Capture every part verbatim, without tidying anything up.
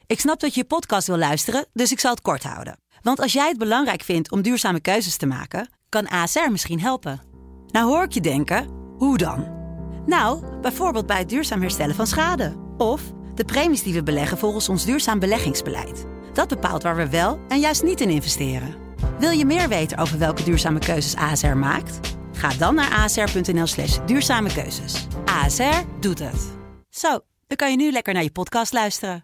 Ik snap dat je je podcast wil luisteren, dus ik zal het kort houden. Want als jij het belangrijk vindt om duurzame keuzes te maken, kan A S R misschien helpen. Nou hoor ik je denken, hoe dan? Nou, bijvoorbeeld bij het duurzaam herstellen van schade. Of de premies die we beleggen volgens ons duurzaam beleggingsbeleid. Dat bepaalt waar we wel en juist niet in investeren. Wil je meer weten over welke duurzame keuzes A S R maakt? Ga dan naar asr.nl slash duurzame keuzes. A S R doet het. Zo, dan kan je nu lekker naar je podcast luisteren.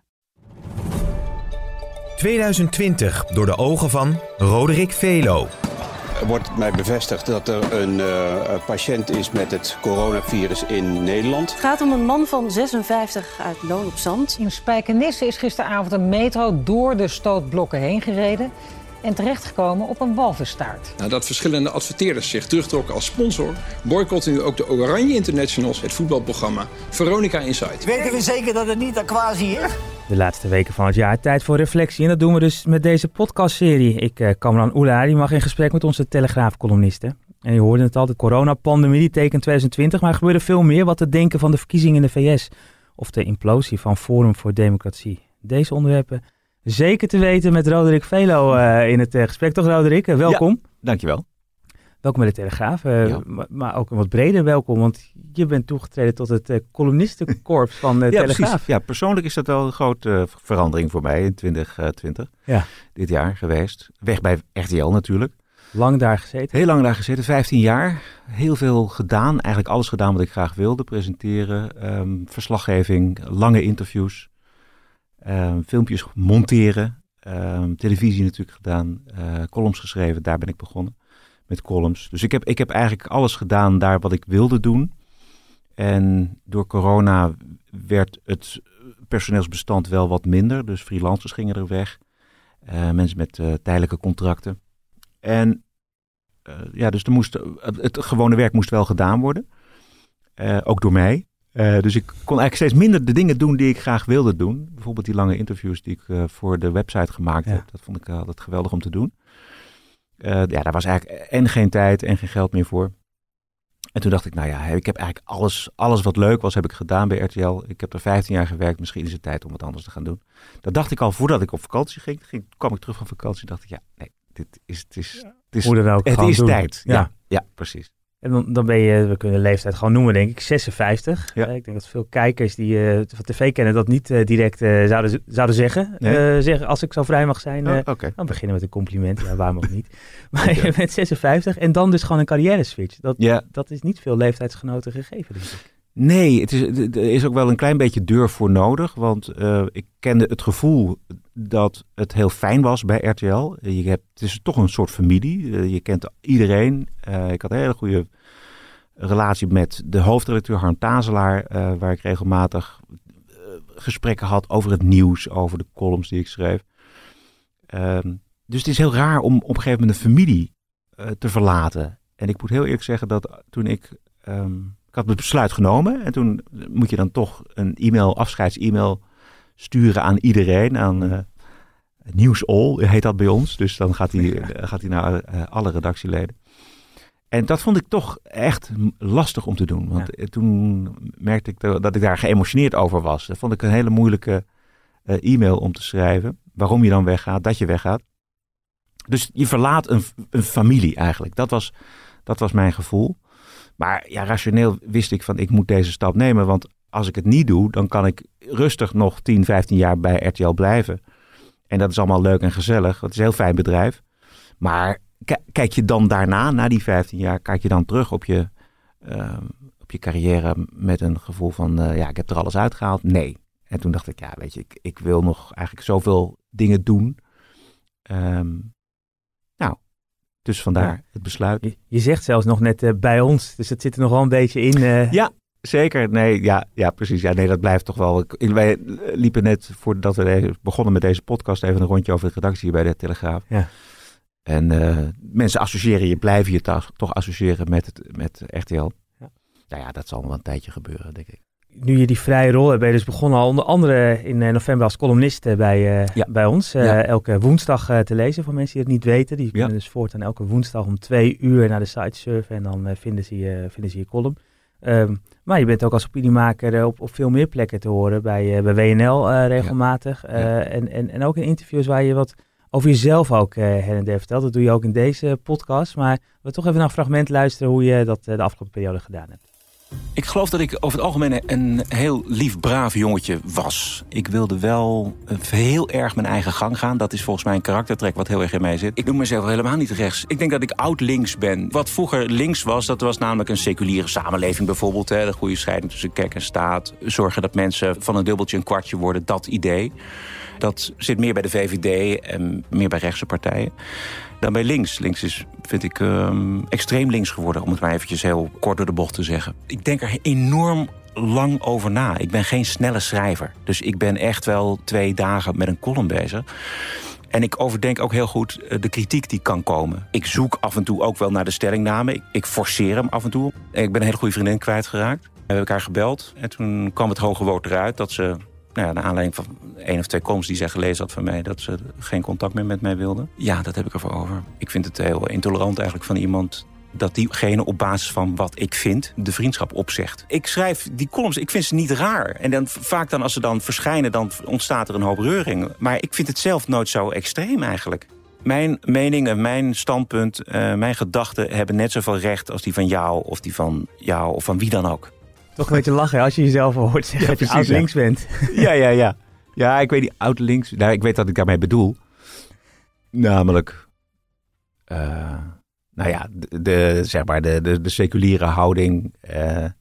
twintig twintig door de ogen van Roderick Velo. Er wordt mij bevestigd dat er een uh, patiënt is met het coronavirus in Nederland. Het gaat om een man van zesenvijftig uit Loon op Zand. In Spijkenisse is gisteravond een metro door de stootblokken heen gereden en terechtgekomen op een walvisstaart. Nadat verschillende adverteerders zich terugtrokken als sponsor, boycotten nu ook de Oranje Internationals het voetbalprogramma Veronica Insight. Weten we zeker dat het niet Aquasi is? De laatste weken van het jaar tijd voor reflectie en dat doen we dus met deze podcastserie. Ik, uh, Kamran Oela, die mag in gesprek met onze Telegraaf-columnisten. En je hoorde het al, de coronapandemie die tekent twintig twintig, maar er gebeurde veel meer wat te denken van de verkiezingen in de V S of de implosie van Forum voor Democratie. Deze onderwerpen zeker te weten met Roderick Velo uh, in het uh, gesprek. Toch Roderick, uh, welkom. Ja, dankjewel. Welkom bij de Telegraaf, uh, ja. maar, maar ook een wat breder welkom, want je bent toegetreden tot het uh, columnistenkorps van de uh, ja, Telegraaf. Precies. Ja, persoonlijk is dat wel een grote uh, verandering voor mij in twintig twintig. Ja. Dit jaar geweest. Weg bij R T L natuurlijk. Lang daar gezeten? Heel lang daar gezeten, vijftien jaar. Heel veel gedaan, eigenlijk alles gedaan wat ik graag wilde. Presenteren, um, verslaggeving, lange interviews, um, filmpjes monteren, um, televisie natuurlijk gedaan, uh, columns geschreven, daar ben ik begonnen. Met columns. Dus ik heb, ik heb eigenlijk alles gedaan daar wat ik wilde doen. En door corona werd het personeelsbestand wel wat minder. Dus freelancers gingen er weg. Uh, mensen met uh, tijdelijke contracten. En uh, ja, dus er moest, het, het gewone werk moest wel gedaan worden. Uh, ook door mij. Uh, dus ik kon eigenlijk steeds minder de dingen doen die ik graag wilde doen. Bijvoorbeeld die lange interviews die ik uh, voor de website gemaakt ja. heb. Dat vond ik uh, altijd geweldig om te doen. Uh, ja, daar was eigenlijk en geen tijd en geen geld meer voor. En toen dacht ik, nou ja, ik heb eigenlijk alles, alles wat leuk was, heb ik gedaan bij R T L. Ik heb er vijftien jaar gewerkt, misschien is het tijd om wat anders te gaan doen. Dat dacht ik al voordat ik op vakantie ging. ging kwam ik terug van vakantie, dacht ik, ja, nee, dit is, het is, het is, Hoe dan ook het is doen. tijd. Ja, ja. ja, precies. En dan, dan ben je, we kunnen de leeftijd gewoon noemen, denk ik, zesenvijftig. Ja. Uh, ik denk dat veel kijkers die uh, van tv kennen dat niet uh, direct uh, zouden, zouden zeggen. Nee. Uh, zeggen. Als ik zo vrij mag zijn, uh, oh, okay. dan beginnen we met een compliment. Ja, waarom ook niet. Maar okay. Je bent zesenvijftig en dan dus gewoon een carrière switch. Dat, ja. dat is niet veel leeftijdsgenoten gegeven, denk ik. Nee, het is, er is ook wel een klein beetje durf voor nodig. Want uh, ik kende het gevoel dat het heel fijn was bij R T L. Je hebt, het is toch een soort familie. Uh, je kent iedereen. Uh, ik had een hele goede relatie met de hoofdredacteur Harm Tazelaar, uh, waar ik regelmatig uh, gesprekken had over het nieuws, over de columns die ik schreef. Uh, dus het is heel raar om op een gegeven moment een familie uh, te verlaten. En ik moet heel eerlijk zeggen dat toen ik... Um, ik had het besluit genomen en toen moet je dan toch een e-mail, afscheids-e-mail sturen aan iedereen, aan uh, Nieuws All heet dat bij ons. Dus dan gaat hij, ja. gaat hij naar uh, alle redactieleden. En dat vond ik toch echt lastig om te doen. Want ja. toen merkte ik dat ik daar geëmotioneerd over was. Dat vond ik een hele moeilijke uh, e-mail om te schrijven. Waarom je dan weggaat, dat je weggaat. Dus je verlaat een, een familie eigenlijk. Dat was, dat was mijn gevoel. Maar ja, rationeel wist ik van ik moet deze stap nemen. Want als ik het niet doe, dan kan ik rustig nog tien, vijftien jaar bij R T L blijven. En dat is allemaal leuk en gezellig. Het is een heel fijn bedrijf. Maar k- kijk je dan daarna, na die vijftien jaar, kijk je dan terug op je, uh, op je carrière met een gevoel van uh, ja, ik heb er alles uitgehaald? Nee. En toen dacht ik, ja, weet je, ik, ik wil nog eigenlijk zoveel dingen doen. Um, nou, dus vandaar ja. het besluit. Je, je zegt zelfs nog net uh, bij ons, dus het zit er nog wel een beetje in. Uh... Ja, zeker. Nee, ja, ja, precies. Ja, nee, dat blijft toch wel. Ik, wij liepen net voordat we begonnen met deze podcast even een rondje over de redactie bij de Telegraaf. Ja. En uh, mensen associëren je, blijven je toch, toch associëren met, het, met R T L. Ja. Nou ja, dat zal nog wel een tijdje gebeuren, denk ik. Nu je die vrije rol hebt, ben je dus begonnen al onder andere in november als columnist bij, uh, ja. bij ons. Uh, ja. Elke woensdag uh, te lezen voor mensen die het niet weten. Die kunnen ja. dus voortaan elke woensdag om twee uur naar de site surfen en dan uh, vinden, ze je, vinden ze je column. Um, maar je bent ook als opiniemaker uh, op, op veel meer plekken te horen. Bij, uh, bij W N L uh, regelmatig. Ja. Uh, ja. en, en, en ook in interviews waar je wat over jezelf ook uh, her en der vertelt. Dat doe je ook in deze podcast. Maar we toch even naar een fragment luisteren hoe je dat uh, de afgelopen periode gedaan hebt. Ik geloof dat ik over het algemeen een heel lief, braaf jongetje was. Ik wilde wel heel erg mijn eigen gang gaan. Dat is volgens mij een karaktertrek wat heel erg in mij zit. Ik noem mezelf helemaal niet rechts. Ik denk dat ik oud-links ben. Wat vroeger links was, dat was namelijk een seculiere samenleving bijvoorbeeld. Hè, de goede scheiding tussen kerk en staat. Zorgen dat mensen van een dubbeltje een kwartje worden, dat idee. Dat zit meer bij de V V D en meer bij rechtse partijen dan bij links. Links is, vind ik, um, extreem links geworden, om het maar eventjes heel kort door de bocht te zeggen. Ik denk er enorm lang over na. Ik ben geen snelle schrijver. Dus ik ben echt wel twee dagen met een column bezig. En ik overdenk ook heel goed de kritiek die kan komen. Ik zoek af en toe ook wel naar de stellingname. Ik, ik forceer hem af en toe. Ik ben een hele goede vriendin kwijtgeraakt. We hebben elkaar gebeld. En toen kwam het hoge woord eruit dat ze, nou ja, naar aanleiding van één of twee columns die zij gelezen had van mij, dat ze geen contact meer met mij wilde. Ja, dat heb ik ervoor over. Ik vind het heel intolerant eigenlijk van iemand dat diegene op basis van wat ik vind de vriendschap opzegt. Ik schrijf die columns, ik vind ze niet raar. En dan vaak dan als ze dan verschijnen, dan ontstaat er een hoop reuring. Maar ik vind het zelf nooit zo extreem eigenlijk. Mijn mening en mijn standpunt, uh, mijn gedachten hebben net zoveel recht als die van jou of die van jou of van wie dan ook. Toch een beetje lachen als je jezelf hoort zeggen ja, dat je oud-links ja. bent. Ja, ja, ja. Ja, ik weet die oud-links. Nou, ik weet wat ik daarmee bedoel. Namelijk, uh, nou ja, de, de, zeg maar de, de, de seculiere houding. Uh, uh,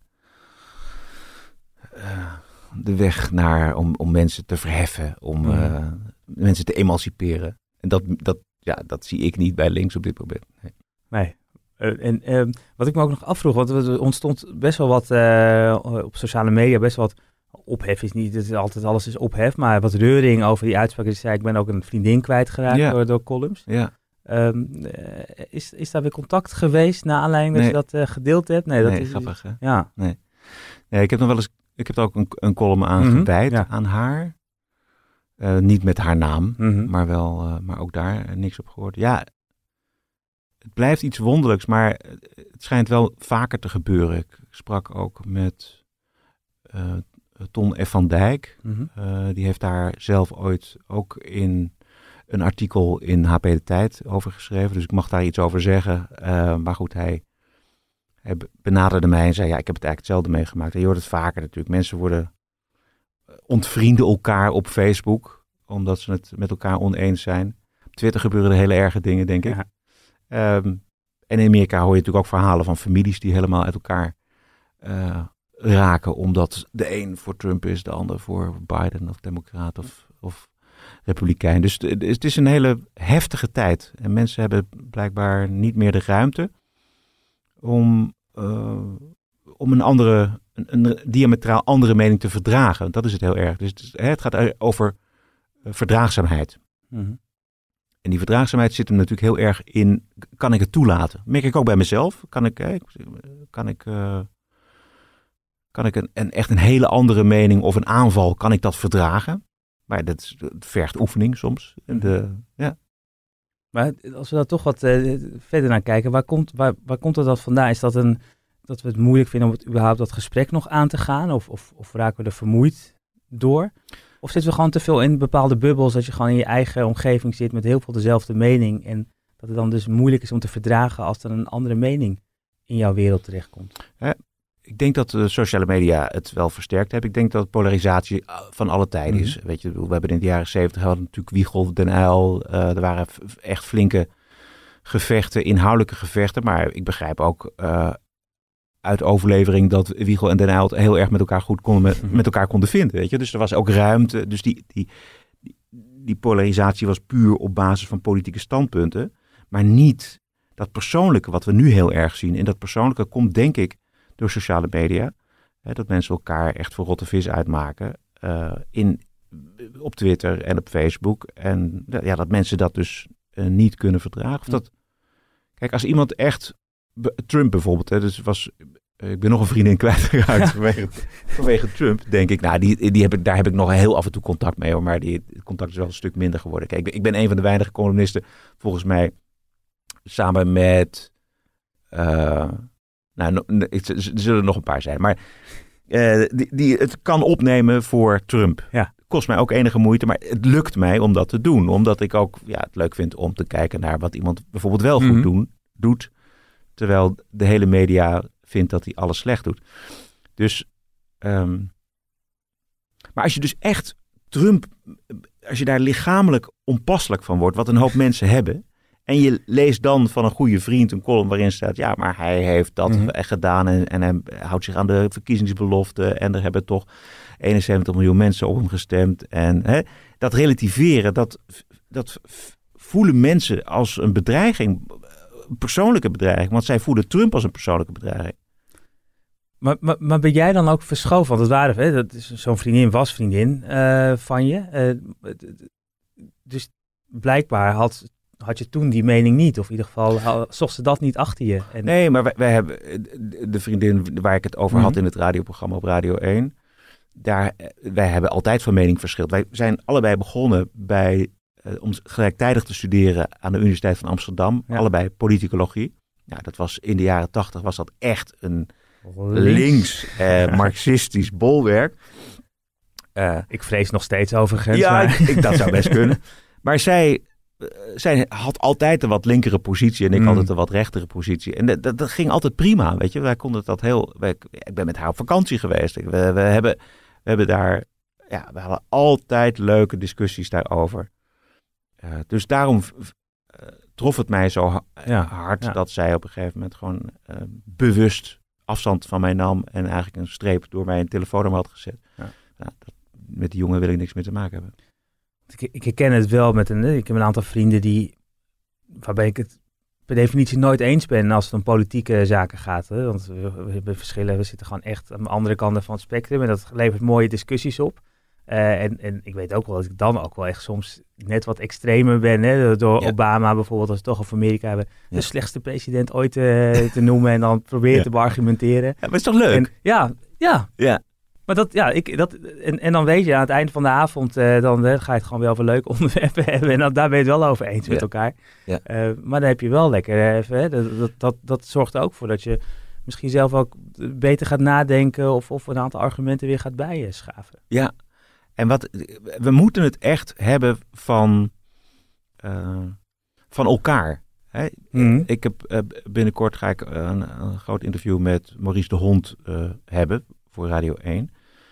de weg naar om, om mensen te verheffen, om uh, mm. mensen te emanciperen. En dat, dat, ja, dat zie ik niet bij links op dit moment. Nee. nee. Uh, en uh, wat ik me ook nog afvroeg, want er ontstond best wel wat uh, op sociale media, best wel wat ophef is niet, het is altijd alles is ophef, maar wat reuring over die uitspraak. Dus zei, ik ben ook een vriendin kwijtgeraakt ja. door, door columns. Ja. Um, uh, is, is daar weer contact geweest naar aanleiding nee. dat je dat uh, gedeeld hebt? Nee, dat nee, is grappig hè? Ja. Nee. nee, ik heb nog wel eens, ik heb er ook een, een column aan mm-hmm. gewijd ja. aan haar. Uh, niet met haar naam, mm-hmm. maar wel, uh, maar ook daar uh, niks op gehoord. Ja, het blijft iets wonderlijks, maar het schijnt wel vaker te gebeuren. Ik sprak ook met uh, Ton F. van Dijk. Mm-hmm. Uh, die heeft daar zelf ooit ook in een artikel in H P De Tijd over geschreven. Dus ik mag daar iets over zeggen. Uh, maar goed, hij, hij benaderde mij en zei, ja, ik heb het eigenlijk hetzelfde meegemaakt. En je hoort het vaker natuurlijk. Mensen worden ontvrienden elkaar op Facebook, omdat ze het met elkaar oneens zijn. Op Twitter gebeuren er hele erge dingen, denk ik. Ja. Um, en in Amerika hoor je natuurlijk ook verhalen van families die helemaal uit elkaar uh, raken, omdat de een voor Trump is, de ander voor Biden of Democraat of, of Republikein. Dus het, het is een hele heftige tijd. En mensen hebben blijkbaar niet meer de ruimte om, uh, om een andere, een, een diametraal andere mening te verdragen. Dat is het heel erg. Dus het, is, het gaat over uh, verdraagzaamheid. Mm-hmm. En die verdraagzaamheid zit hem natuurlijk heel erg in, kan ik het toelaten? Merk ik ook bij mezelf. Kan ik, kan ik, uh, kan ik een, een, echt een hele andere mening of een aanval, kan ik dat verdragen? Maar dat, dat vergt oefening soms. De, ja. Maar als we daar toch wat uh, verder naar kijken, waar komt, waar, waar komt dat vandaan? Is dat een, dat we het moeilijk vinden om het, überhaupt dat gesprek nog aan te gaan? Of, of, of raken we er vermoeid door? Of zitten we gewoon te veel in bepaalde bubbels, dat je gewoon in je eigen omgeving zit met heel veel dezelfde mening en dat het dan dus moeilijk is om te verdragen als er een andere mening in jouw wereld terechtkomt? Ja, ik denk dat de sociale media het wel versterkt hebben. Ik denk dat polarisatie van alle tijden mm-hmm. is. Weet je, we hebben in de jaren zeventig hadden natuurlijk Wiegel, Den Uyl. Uh, er waren echt flinke gevechten, inhoudelijke gevechten. Maar ik begrijp ook uh, uit overlevering dat Wiegel en Den Uyl het heel erg met elkaar goed konden, met, met elkaar konden vinden. Weet je? Dus er was ook ruimte. Dus die, die, die, die polarisatie was puur op basis van politieke standpunten. Maar niet dat persoonlijke wat we nu heel erg zien. En dat persoonlijke komt denk ik door sociale media. Hè, dat mensen elkaar echt voor rotte vis uitmaken. Uh, in, op Twitter en op Facebook. En ja, dat mensen dat dus uh, niet kunnen verdragen. Of dat, kijk, als iemand echt... Trump bijvoorbeeld, hè, dus was, ik ben nog een vriendin kwijtgeraakt ja. vanwege, vanwege Trump, denk ik. Nou, die, die heb ik, daar heb ik nog heel af en toe contact mee, hoor, maar die het contact is wel een stuk minder geworden. Kijk, ik ben, ik ben een van de weinige columnisten, volgens mij, samen met uh, Nou, er zullen er nog een paar zijn. Maar uh, die, die het kan opnemen voor Trump. Ja. Kost mij ook enige moeite, maar het lukt mij om dat te doen. Omdat ik ook ja, het leuk vind om te kijken naar wat iemand bijvoorbeeld wel goed mm-hmm. doen, doet. Terwijl de hele media vindt dat hij alles slecht doet. Dus, um, maar als je dus echt Trump, als je daar lichamelijk onpasselijk van wordt, wat een hoop mensen hebben. En je leest dan van een goede vriend een column waarin staat, ja, maar hij heeft dat mm-hmm. echt gedaan en, en hij houdt zich aan de verkiezingsbeloften. En er hebben toch eenenzeventig miljoen mensen op hem gestemd. En hè, dat relativeren, dat, dat voelen mensen als een bedreiging, een persoonlijke bedreiging. Want zij voelen Trump als een persoonlijke bedreiging. Maar, maar, maar ben jij dan ook verschoven? Want het waren, hè, dat is, zo'n vriendin was vriendin uh, van je. Uh, dus blijkbaar had, had je toen die mening niet. Of in ieder geval zocht ze dat niet achter je. En... Nee, maar wij, wij hebben de vriendin waar ik het over mm-hmm. had in het radioprogramma op Radio één. Daar, wij hebben altijd van mening verschild. Wij zijn allebei begonnen bij, uh, om gelijktijdig te studeren aan de Universiteit van Amsterdam. Ja. Allebei politicologie. Nou, dat was in de jaren tachtig was dat echt een links, links uh, marxistisch bolwerk. Uh, ik vrees nog steeds overigens. Ja, maar... ik, ik, dat zou best kunnen. Maar zij, uh, zij had altijd een wat linkere positie en ik mm. altijd een wat rechtere positie. En dat, dat, dat ging altijd prima, weet je. Wij konden dat heel... Wij, ik ben met haar op vakantie geweest. Ik, we, we, hebben, we hebben daar... Ja, we hadden altijd leuke discussies daarover. Uh, dus daarom uh, trof het mij zo ja, hard ja. dat zij op een gegeven moment gewoon uh, bewust afstand van mij nam en eigenlijk een streep door mijn telefoonnummer had gezet. Ja. Nou, dat, met die jongen wil ik niks meer te maken hebben. Ik, ik herken het wel met een... Ik heb een aantal vrienden die... waarbij ik het per definitie nooit eens ben als het om politieke zaken gaat. Hè? Want we, we hebben verschillen. We zitten gewoon echt aan de andere kanten van het spectrum. En dat levert mooie discussies op. Uh, en, en ik weet ook wel dat ik dan ook wel echt soms net wat extremer ben. Hè? Door ja. Obama bijvoorbeeld, als we het toch over Amerika hebben. Ja. De slechtste president ooit uh, te noemen. En dan proberen ja. te beargumenteren. Ja, maar het is toch leuk? En, ja, ja. Ja. Maar dat, ja, ik, dat, en, en dan weet je aan het eind van de avond, uh, dan uh, ga je het gewoon wel over leuke onderwerpen hebben. En dan, daar ben je het wel over eens ja. met elkaar. Ja. Uh, maar dan heb je wel lekker even, hè, dat, dat, dat, dat zorgt er ook voor dat je misschien zelf ook beter gaat nadenken of, of een aantal argumenten weer gaat bijschaven. Ja, en wat, we moeten het echt hebben van, uh, van elkaar. Hè? Mm-hmm. Ik heb, uh, binnenkort ga ik uh, een, een groot interview met Maurice de Hond uh, hebben voor Radio één.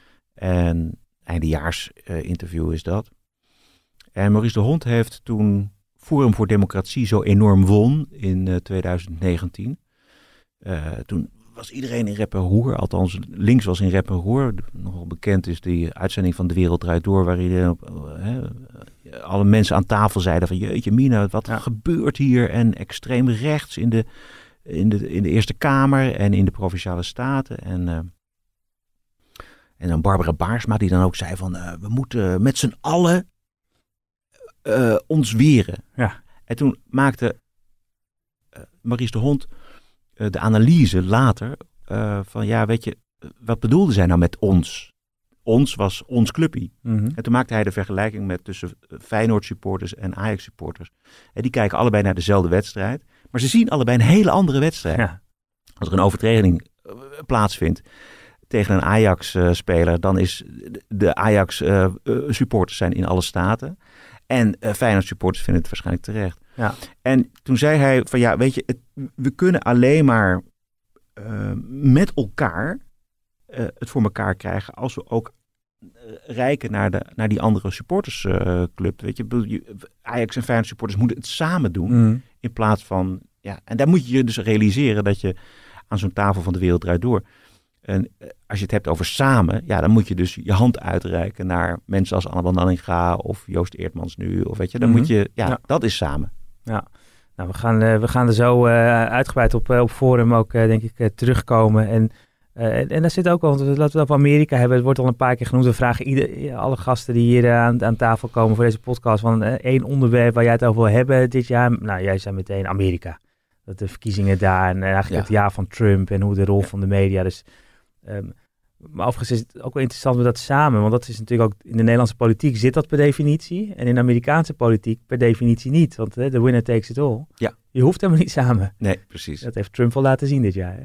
En eindejaars uh, interview is dat. En Maurice de Hond heeft toen Forum voor Democratie zo enorm won in uh, twintig negentien. Uh, toen was iedereen in rep en roer, althans links was in rep en roer. Nogal bekend is die uitzending van De Wereld Draait Door, waar iedereen, uh, uh, alle mensen aan tafel zeiden van jeetje mina, wat ja. gebeurt hier? En extreem rechts in de, in, de, in de Eerste Kamer en in de Provinciale Staten. En, uh, en dan Barbara Baarsma die dan ook zei van uh, we moeten met z'n allen uh, ons weren. Ja. En toen maakte uh, Maurice de Hond uh, de analyse later uh, van ja, weet je, wat bedoelde zij nou met ons? Ons was ons clubpie. Mm-hmm. En toen maakte hij de vergelijking met tussen Feyenoord supporters en Ajax supporters. En die kijken allebei naar dezelfde wedstrijd, maar ze zien allebei een hele andere wedstrijd. Ja. Als er een overtreding uh, plaatsvindt tegen een Ajax-speler, uh, dan is de Ajax-supporters uh, uh, zijn in alle staten. En uh, Feyenoord-supporters vinden het waarschijnlijk terecht. Ja. En toen zei hij van ja, weet je, het, we kunnen alleen maar uh, met elkaar uh, het voor elkaar krijgen als we ook uh, reiken naar, de, naar die andere supportersclub. Uh, weet je, Ajax en Feyenoord-supporters moeten het samen doen mm. in plaats van, ja, en daar moet je je dus realiseren dat je aan zo'n tafel van De Wereld Draait Door. En als je het hebt over samen, ja, dan moet je dus je hand uitreiken naar mensen als Annabel Nanninga of Joost Eertmans nu. Of weet je, dan mm-hmm. moet je, ja, ja, dat is samen. Ja, nou, we gaan, uh, we gaan er zo uh, uitgebreid op, uh, op Forum ook, uh, denk ik, uh, terugkomen. En, uh, en, en daar zit ook wel, laten we het over Amerika hebben. Het wordt al een paar keer genoemd. We vragen ieder, alle gasten die hier uh, aan, aan tafel komen voor deze podcast van uh, één onderwerp waar jij het over wil hebben dit jaar. Nou, jij zei meteen Amerika. Dat de verkiezingen daar en uh, eigenlijk ja. het jaar van Trump en hoe de rol ja. van de media. Dus Um, maar overigens is het ook wel interessant met dat samen, want dat is natuurlijk ook in de Nederlandse politiek zit dat per definitie en in de Amerikaanse politiek per definitie niet, want de uh, winner takes it all. Ja. Je hoeft helemaal niet samen. Nee, precies. Dat heeft Trump al laten zien dit jaar. Hè? Ja,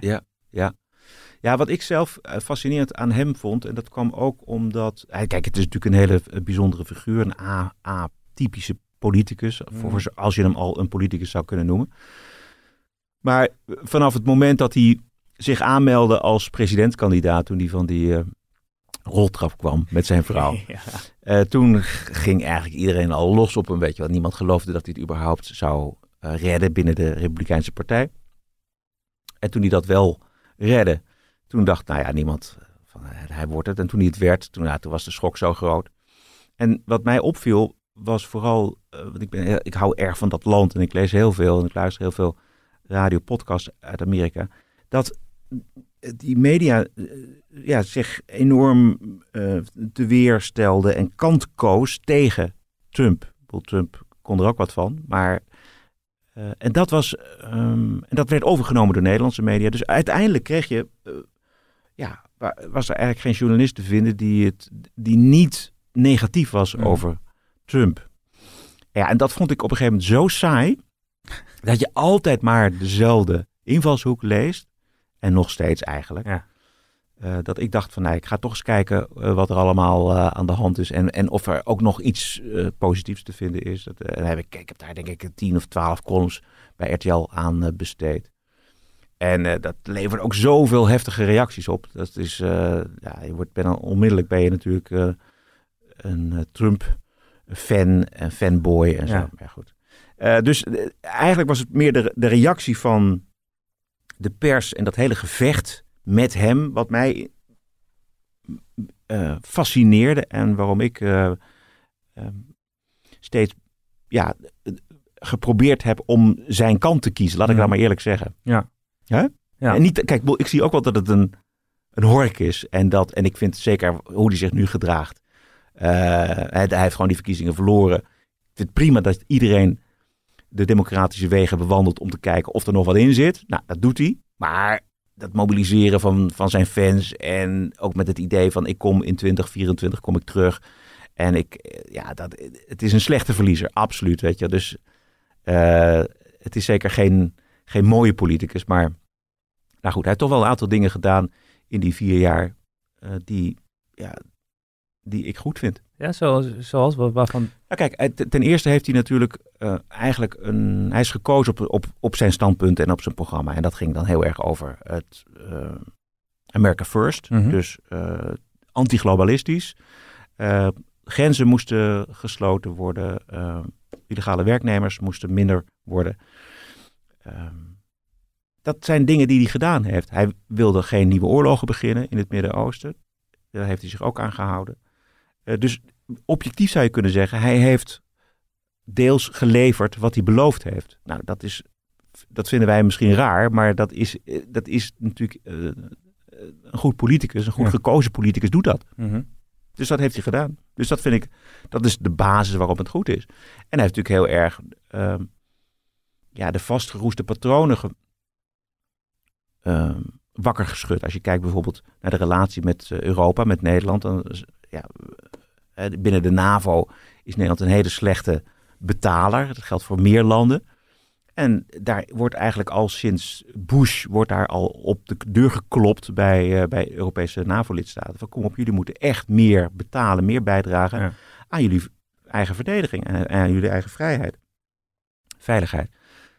ja. Ja, wat ik zelf uh, fascinerend aan hem vond, en dat kwam ook omdat... Uh, kijk, het is natuurlijk een hele uh, bijzondere figuur, een a- atypische politicus, mm. voor, als je hem al een politicus zou kunnen noemen. Maar vanaf het moment dat hij zich aanmeldde als presidentskandidaat, toen hij van die uh, roltrap kwam met zijn vrouw, ja. uh, toen ging eigenlijk iedereen al los op hem, weet je wel. Niemand geloofde dat hij het überhaupt zou uh, redden binnen de Republikeinse Partij. En toen hij dat wel redde, toen dacht, nou ja, niemand, van, hij wordt het. En toen hij het werd, toen, nou, toen was de schok zo groot. En wat mij opviel, was vooral, uh, want ik, ben, ik hou erg van dat land en ik lees heel veel en ik luister heel veel radio-podcasts uit Amerika, dat die media uh, ja, zich enorm uh, te weer stelde en kant koos tegen Trump. Trump kon er ook wat van, maar uh, en dat was um, en dat werd overgenomen door Nederlandse media. Dus uiteindelijk kreeg je, uh, ja, was er eigenlijk geen journalist te vinden die het, die niet negatief was mm. over Trump. Ja, en dat vond ik op een gegeven moment zo saai, dat je altijd maar dezelfde invalshoek leest. En nog steeds eigenlijk. Ja. Uh, dat ik dacht van, nou, ik ga toch eens kijken uh, wat er allemaal uh, aan de hand is. En, en of er ook nog iets uh, positiefs te vinden is. Dat, uh, en heb ik, ik heb daar denk ik tien of twaalf columns bij R T L aan uh, besteed. En uh, dat levert ook zoveel heftige reacties op. Dat is, uh, ja, je wordt bijna onmiddellijk ben je natuurlijk uh, een uh, Trump-fan en fanboy en zo. Ja. Ja, goed. Uh, dus uh, eigenlijk was het meer de, de reactie van de pers en dat hele gevecht met hem, wat mij uh, fascineerde en waarom ik uh, uh, steeds ja, geprobeerd heb om zijn kant te kiezen. Laat ik mm. dat maar eerlijk zeggen. Ja. Huh? Ja. En niet, kijk, ik zie ook wel dat het een, een hork is en dat, en ik vind zeker hoe hij zich nu gedraagt. Uh, hij, hij heeft gewoon die verkiezingen verloren. Ik vind het prima dat iedereen de democratische wegen bewandelt om te kijken of er nog wat in zit. Nou, dat doet hij. Maar dat mobiliseren van, van zijn fans en ook met het idee van ik kom in twintig vierentwintig kom ik terug. En ik, ja, dat, het is een slechte verliezer, absoluut, weet je. Dus uh, het is zeker geen, geen mooie politicus, maar nou goed, hij heeft toch wel een aantal dingen gedaan in die vier jaar uh, die, ja, die ik goed vind. Ja, zoals, zoals waarvan? Nou kijk, ten eerste heeft hij natuurlijk uh, eigenlijk een... Hij is gekozen op, op, op zijn standpunten en op zijn programma. En dat ging dan heel erg over het uh, America First. Mm-hmm. Dus uh, anti-globalistisch. Uh, grenzen moesten gesloten worden. Uh, illegale werknemers moesten minder worden. Uh, dat zijn dingen die hij gedaan heeft. Hij wilde geen nieuwe oorlogen beginnen in het Midden-Oosten. Daar heeft hij zich ook aan gehouden. Uh, dus objectief zou je kunnen zeggen, hij heeft deels geleverd wat hij beloofd heeft. Nou, dat is, dat vinden wij misschien raar, maar dat is, dat is natuurlijk uh, een goed politicus, een goed ja. gekozen politicus doet dat. Mm-hmm. Dus dat heeft hij gedaan. Dus dat vind ik, dat is de basis waarom het goed is. En hij heeft natuurlijk heel erg uh, ja, de vastgeroeste patronen ge, uh, wakker geschud. Als je kijkt bijvoorbeeld naar de relatie met uh, Europa, met Nederland, dan ja, binnen de NAVO is Nederland een hele slechte betaler. Dat geldt voor meer landen. En daar wordt eigenlijk al sinds Bush wordt daar al op de deur geklopt bij, uh, bij Europese NAVO-lidstaten. Van kom op, jullie moeten echt meer betalen, meer bijdragen ja. aan jullie eigen verdediging en aan jullie eigen vrijheid. Veiligheid.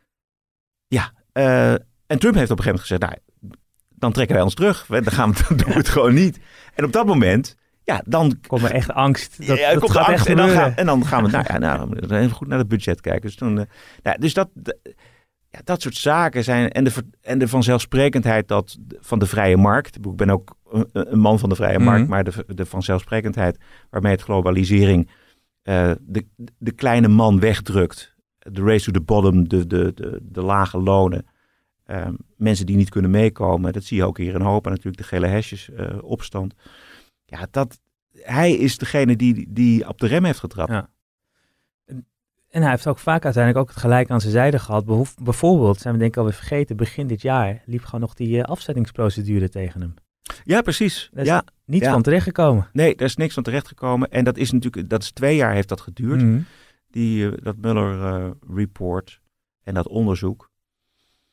Ja, uh, en Trump heeft op een gegeven moment gezegd, nou, dan trekken wij ons terug. Dan gaan we, dan doen we het gewoon niet. En op dat moment, ja, dan komt er echt angst. Dat, ja, dat komt gaat angst echt en, dan gaan, gaan, en dan gaan we, nou ja, nou, we even goed naar het budget kijken. Dus, toen, uh, nou, dus dat, de, ja, dat soort zaken zijn, en de, en de vanzelfsprekendheid dat, van de vrije markt. Ik ben ook een, een man van de vrije markt, mm-hmm. maar de, de vanzelfsprekendheid waarmee het globalisering uh, de, de kleine man wegdrukt. De race to the bottom, de, de, de, de lage lonen. Uh, mensen die niet kunnen meekomen. Dat zie je ook hier in Europa natuurlijk, de gele hesjes uh, opstand. Ja, dat, hij is degene die, die op de rem heeft getrapt. Ja. En, en hij heeft ook vaak uiteindelijk ook het gelijk aan zijn zijde gehad. Behoef, bijvoorbeeld, zijn we denk ik alweer vergeten, begin dit jaar liep gewoon nog die uh, afzettingsprocedure tegen hem. Ja, precies. Daar is ja. niets ja. van terechtgekomen. Nee, daar is niks van terechtgekomen. En dat is natuurlijk, dat is twee jaar heeft dat geduurd. Mm-hmm. Die, uh, dat Mueller uh, report en dat onderzoek.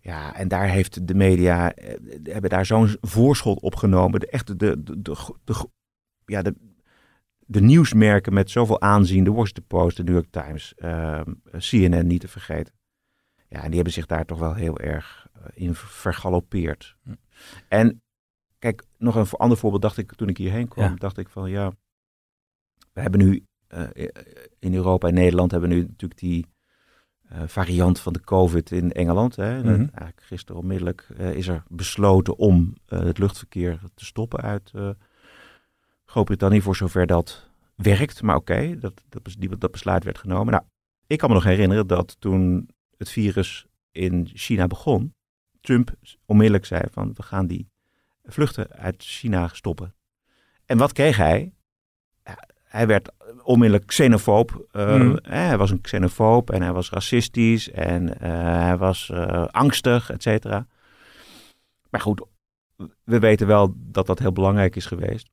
Ja, en daar heeft de media, eh, hebben daar zo'n voorschot op genomen. De, echt de, de, de, de, de, ja, de, de nieuwsmerken met zoveel aanzien, de Washington Post, de New York Times, uh, C N N niet te vergeten. Ja, en die hebben zich daar toch wel heel erg uh, in vergalopeerd. Hm. En kijk, nog een ander voorbeeld dacht ik toen ik hierheen kwam, ja. dacht ik van ja, we hebben nu uh, in Europa en Nederland hebben we nu natuurlijk die uh, variant van de COVID in Engeland. Hè. Mm-hmm. Eigenlijk gisteren onmiddellijk uh, is er besloten om uh, het luchtverkeer te stoppen uit uh, Groot-Brittannië, voor zover dat werkt. Maar oké, okay, dat, dat, dat besluit werd genomen. Nou, ik kan me nog herinneren dat toen het virus in China begon, Trump onmiddellijk zei van we gaan die vluchten uit China stoppen. En wat kreeg hij? Ja, hij werd onmiddellijk xenofoob. Uh, mm. eh, hij was een xenofoob en hij was racistisch en uh, hij was uh, angstig, et cetera. Maar goed, we weten wel dat dat heel belangrijk is geweest.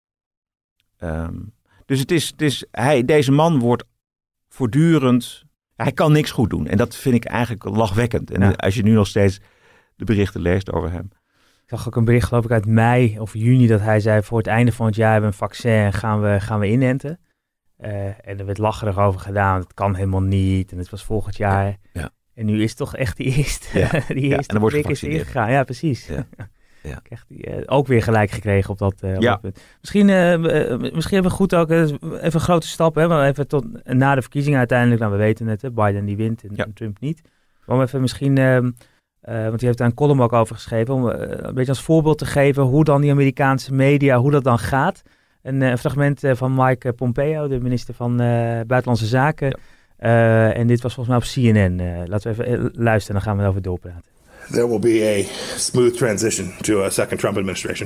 Um, dus het is, het is hij, deze man wordt voortdurend, hij kan niks goed doen. En dat vind ik eigenlijk lachwekkend. En ja. als je nu nog steeds de berichten leest over hem. Ik zag ook een bericht, geloof ik, uit mei of juni, dat hij zei voor het einde van het jaar hebben we een vaccin en gaan we, gaan we inenten. Uh, en er werd lacherig over gedaan, het kan helemaal niet en het was volgend jaar. Ja. Ja. En nu is het toch echt die eerste, ja. die ja. eerste prik is ingegaan. Ja, precies. Ja. Ja. Ik heb die, uh, ook weer gelijk gekregen op dat, uh, op ja. dat punt. Misschien, uh, uh, misschien hebben we goed ook, uh, even een grote stap, hè, maar even tot na de verkiezingen uiteindelijk, nou we weten het, hè, Biden die wint en, ja. en Trump niet. Maar om even misschien, uh, uh, want hij heeft daar een column ook over geschreven, om uh, een beetje als voorbeeld te geven hoe dan die Amerikaanse media, hoe dat dan gaat. Een, uh, een fragment uh, van Mike Pompeo, de minister van uh, Buitenlandse Zaken. Ja. Uh, en dit was volgens mij op C N N. Uh, laten we even luisteren, dan gaan we erover doorpraten. There will be a smooth transition to a second Trump administration.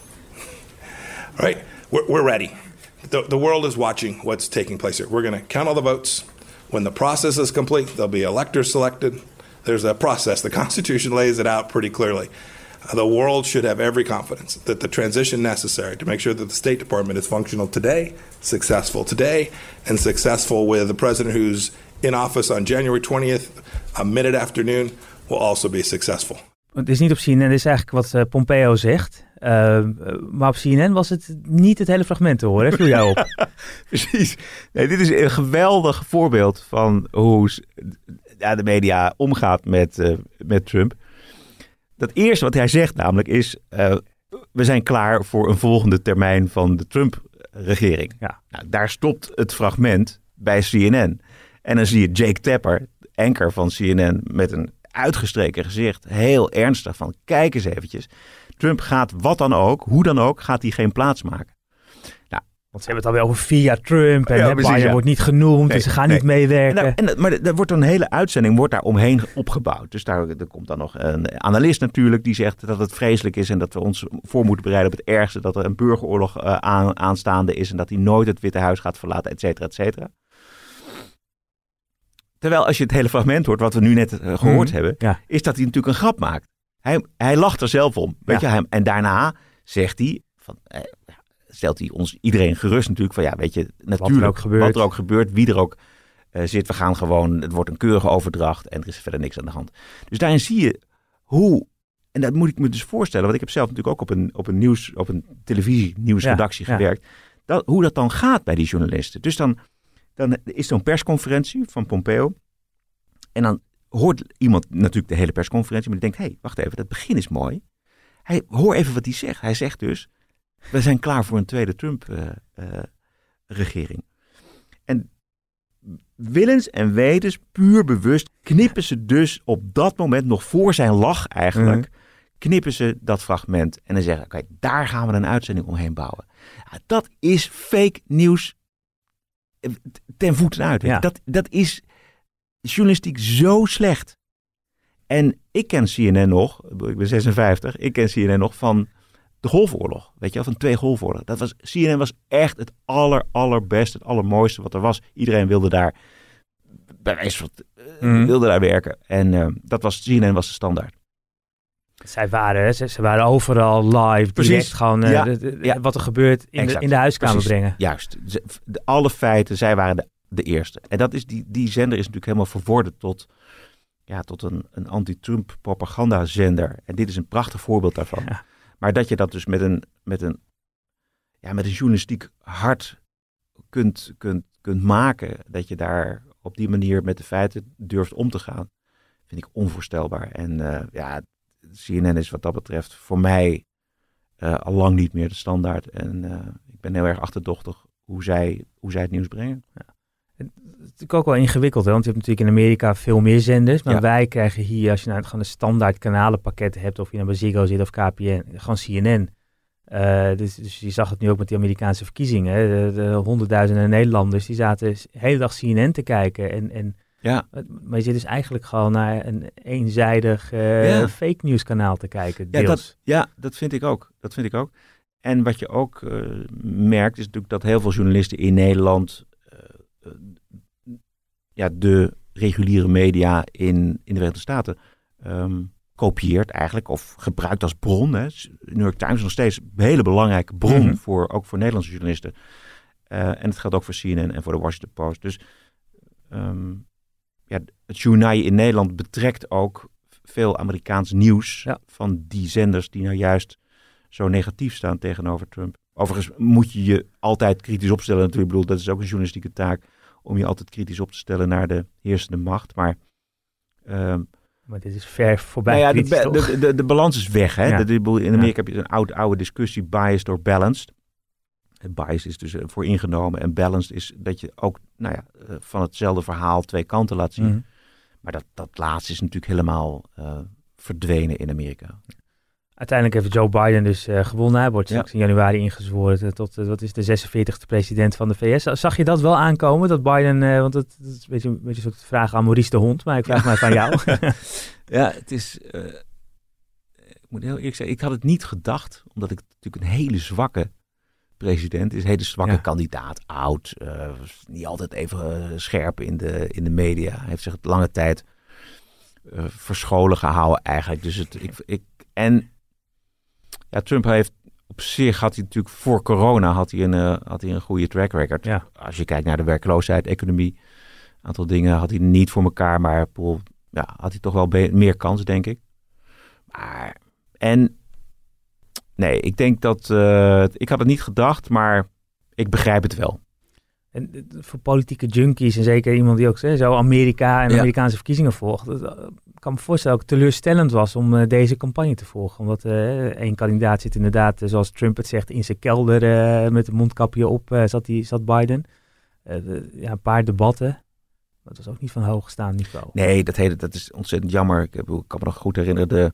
All right, we're, we're ready. The, the world is watching what's taking place here. We're going to count all the votes. When the process is complete, there'll be electors selected. There's a process. The Constitution lays it out pretty clearly. Uh, the world should have every confidence that the transition necessary to make sure that the State Department is functional today, successful today, and successful with the president who's in office on January twentieth, a mid-afternoon, will also be successful. Het is niet op C N N, dit is eigenlijk wat uh, Pompeo zegt. Uh, maar op C N N was het niet het hele fragment te horen, viel jou op? Precies. Nee, dit is een geweldig voorbeeld van hoe ja, de media omgaat met, uh, met Trump. Dat eerste wat hij zegt namelijk is, uh, we zijn klaar voor een volgende termijn van de Trump-regering. Ja. Nou, daar stopt het fragment bij C N N. En dan zie je Jake Tapper, anker van C N N, met een uitgestreken gezicht, heel ernstig van, kijk eens eventjes. Trump gaat wat dan ook, hoe dan ook, gaat hij geen plaats maken. Nou, want ze hebben het alweer over via Trump en ja, precies, Biden ja. wordt niet genoemd nee, en ze gaan nee. niet meewerken. En nou, en, maar er wordt een hele uitzending wordt daar omheen opgebouwd. Dus daar er komt dan nog een analist natuurlijk die zegt dat het vreselijk is en dat we ons voor moeten bereiden op het ergste, dat er een burgeroorlog uh, aan, aanstaande is en dat hij nooit het Witte Huis gaat verlaten, et cetera, et cetera. Terwijl als je het hele fragment hoort, wat we nu net uh, gehoord mm, hebben, ja. is dat hij natuurlijk een grap maakt. Hij, hij lacht er zelf om. Weet ja. je? Hij, en daarna zegt hij, van, eh, stelt hij ons iedereen gerust natuurlijk van ja, weet je, natuurlijk wat er ook gebeurt, wat er ook gebeurt wie er ook uh, zit. We gaan gewoon, het wordt een keurige overdracht en er is verder niks aan de hand. Dus daarin zie je hoe, en dat moet ik me dus voorstellen, want ik heb zelf natuurlijk ook op een, op een, nieuws, op een televisie nieuwsredactie ja, gewerkt, ja. Dat, hoe dat dan gaat bij die journalisten. Dus dan... Dan is er een persconferentie van Pompeo. En dan hoort iemand natuurlijk de hele persconferentie. Maar die denkt, hé, hey, wacht even, dat begin is mooi. Hij, hoor even wat hij zegt. Hij zegt dus, we zijn klaar voor een tweede Trump-regering. Uh, uh, en willens en wetens, puur bewust, knippen ze dus op dat moment, nog voor zijn lach eigenlijk, mm-hmm. knippen ze dat fragment. En dan zeggen, oké, okay, daar gaan we een uitzending omheen bouwen. Ja, dat is fake nieuws. Ten voeten uit. Ja. Dat, dat is journalistiek zo slecht. En ik ken C N N nog, ik ben zesenvijftig, ik ken C N N nog van de Golfoorlog. Weet je wel, van twee Golfoorlogen. Dat was, C N N was echt het aller, allerbeste, het allermooiste wat er was. Iedereen wilde daar, bij wijze van, mm. wilde daar werken. En uh, dat was, C N N was de standaard. Zij waren, ze, ze waren overal live, precies. direct gewoon uh, ja, de, de, ja. wat er gebeurt in de, in de huiskamer precies. brengen. Juist, de, de, alle feiten, zij waren de, de eerste. En dat is, die, die zender is natuurlijk helemaal verworden tot ja, tot een, een anti-Trump propagandazender. En dit is een prachtig voorbeeld daarvan. Ja. Maar dat je dat dus met een, met een, ja, met een journalistiek hart kunt, kunt, kunt maken. Dat je daar op die manier met de feiten durft om te gaan. Vind ik onvoorstelbaar. En uh, ja, C N N is wat dat betreft voor mij uh, al lang niet meer de standaard. En uh, ik ben heel erg achterdochtig hoe zij, hoe zij het nieuws brengen. Ja. Het is natuurlijk ook wel ingewikkeld, hè? Want je hebt natuurlijk in Amerika veel meer zenders. Maar ja. wij krijgen hier, als je nou gewoon een standaard kanalenpakket hebt, of je nou bij Ziggo zit of K P N, gewoon C N N. Uh, dus, dus je zag het nu ook met die Amerikaanse verkiezingen. Hè? De, de honderdduizenden Nederlanders, die zaten de hele dag C N N te kijken. En, en, ja. Maar je zit dus eigenlijk gewoon naar een eenzijdig uh, ja. fake news kanaal te kijken, deels. Ja, dat, ja, dat vind ik ook. Dat vind ik ook. En wat je ook uh, merkt, is natuurlijk dat heel veel journalisten in Nederland uh, uh, ja, de reguliere media in, in de Verenigde Staten um, kopieert eigenlijk, of gebruikt als bron. Hè. New York Times is nog steeds een hele belangrijke bron, mm-hmm. voor, ook voor Nederlandse journalisten. Uh, en het geldt ook voor C N N en voor de Washington Post. Dus um, ja, het journaal in Nederland betrekt ook veel Amerikaans nieuws ja. van die zenders die nou juist zo negatief staan tegenover Trump. Overigens moet je je altijd kritisch opstellen natuurlijk. Ik bedoel, dat is ook een journalistieke taak om je altijd kritisch op te stellen naar de heersende macht. Maar, um, maar dit is ver voorbij nou ja, kritisch, de, de, de, de balans is weg. Hè? Ja. De, de, in Amerika ja. heb je een oude, oude discussie, biased or balanced. En biased is dus voor ingenomen en balanced is dat je ook nou ja, van hetzelfde verhaal twee kanten laat zien. Mm-hmm. Maar dat, dat laatste is natuurlijk helemaal uh, verdwenen in Amerika. Uiteindelijk heeft Joe Biden dus uh, gewonnen. Hij wordt ja. in januari ingezworen tot uh, wat is de zesenveertigste president van de V S. Zag je dat wel aankomen? Dat Biden, uh, want dat, dat is een beetje, een beetje een soort vraag aan Maurice de Hond, maar ik vraag ja. mij van jou. Ja, het is, uh, ik moet heel eerlijk zeggen, ik had het niet gedacht, omdat ik natuurlijk een hele zwakke president is, een hele zwakke ja. kandidaat, oud, uh, niet altijd even uh, scherp in de, in de media. Hij heeft zich het lange tijd uh, verscholen gehouden eigenlijk. Dus het, ik, ik, en ja, Trump heeft op zich, had hij natuurlijk voor corona had hij een, uh, had hij een goede track record. Ja. Als je kijkt naar de werkloosheid, economie, aantal dingen had hij niet voor elkaar, maar pool, ja, had hij toch wel be- meer kans, denk ik. Maar, en nee, ik denk dat, uh, ik had het niet gedacht, maar ik begrijp het wel. En voor politieke junkies en zeker iemand die ook zo Amerika en ja. Amerikaanse verkiezingen volgt, dat, ik kan me voorstellen dat het teleurstellend was om uh, deze campagne te volgen. Omdat uh, één kandidaat zit inderdaad, uh, zoals Trump het zegt, in zijn kelder uh, met een mondkapje op, uh, zat, die, zat Biden. Uh, de, ja, een paar debatten. Dat was ook niet van hoogstaand niveau. Nee, dat, hele, dat is ontzettend jammer. Ik, heb, ik kan me nog goed herinneren, de,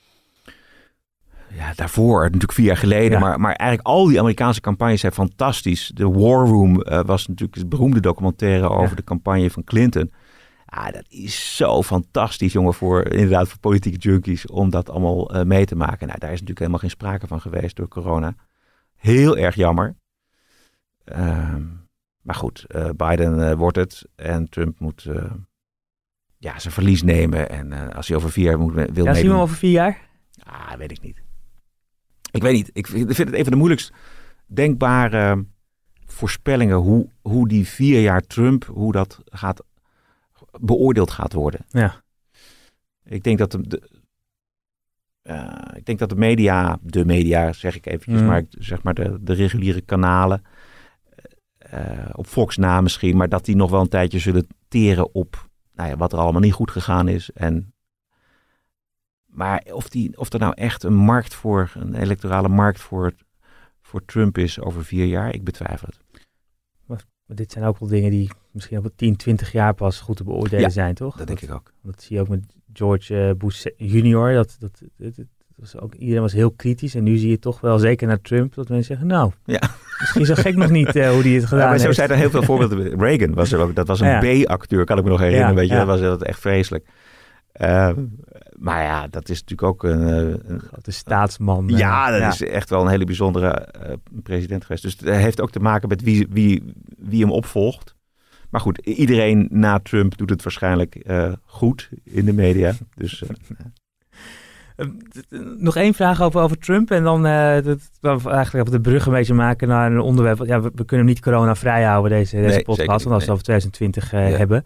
ja, daarvoor, natuurlijk vier jaar geleden. Ja. Maar, maar eigenlijk al die Amerikaanse campagnes zijn fantastisch. De War Room uh, was natuurlijk het beroemde documentaire over ja. de campagne van Clinton. Ah, dat is zo fantastisch, jongen, voor inderdaad voor politieke junkies om dat allemaal uh, mee te maken. Nou, daar is natuurlijk helemaal geen sprake van geweest door corona. Heel erg jammer. Uh, maar goed, uh, Biden uh, wordt het en Trump moet uh, ja, zijn verlies nemen. En uh, als hij over vier jaar moet, wil meedoen. Ja, zien we hem over vier jaar? Ah, weet ik niet. Ik weet niet. Ik vind het een van de moeilijkst denkbare uh, voorspellingen hoe, hoe die vier jaar Trump, hoe dat gaat beoordeeld gaat worden. Ja. Ik denk dat de, de uh, ik denk dat de media, de media zeg ik eventjes, mm. maar zeg maar de, de reguliere kanalen, uh, op Fox na misschien, maar dat die nog wel een tijdje zullen teren op nou ja, wat er allemaal niet goed gegaan is. En maar of, die, of er nou echt een markt voor, een electorale markt voor, voor Trump is over vier jaar, ik betwijfel het. Maar, maar dit zijn ook wel dingen die misschien over tien, twintig jaar pas goed te beoordelen ja, zijn, toch? Dat denk ik ook. Dat zie je ook met George Bush junior. Dat, dat, dat, dat was ook, iedereen was heel kritisch. En nu zie je toch wel, zeker naar Trump, dat mensen zeggen, nou, ja. misschien zo gek nog niet uh, hoe die het gedaan ja, maar zo heeft. zijn er heel veel voorbeelden. Reagan was er ook. Dat was een ja. B-acteur, kan ik me nog herinneren. Ja, weet je, ja. dat was dat echt vreselijk. Uh, maar ja, dat is natuurlijk ook een... een de staatsman. Ja, dat ja. is echt wel een hele bijzondere uh, president geweest. Dus het heeft ook te maken met wie, wie, wie hem opvolgt. Maar goed, iedereen na Trump doet het waarschijnlijk uh, goed in de media. Dus... Uh, Uh, nog één vraag over, over Trump en dan uh, dat, eigenlijk op de brug een beetje maken naar een onderwerp. Ja, we, we kunnen hem niet corona vrij houden, deze, deze nee, podcast, want als we het over twintig twintig uh, ja. hebben.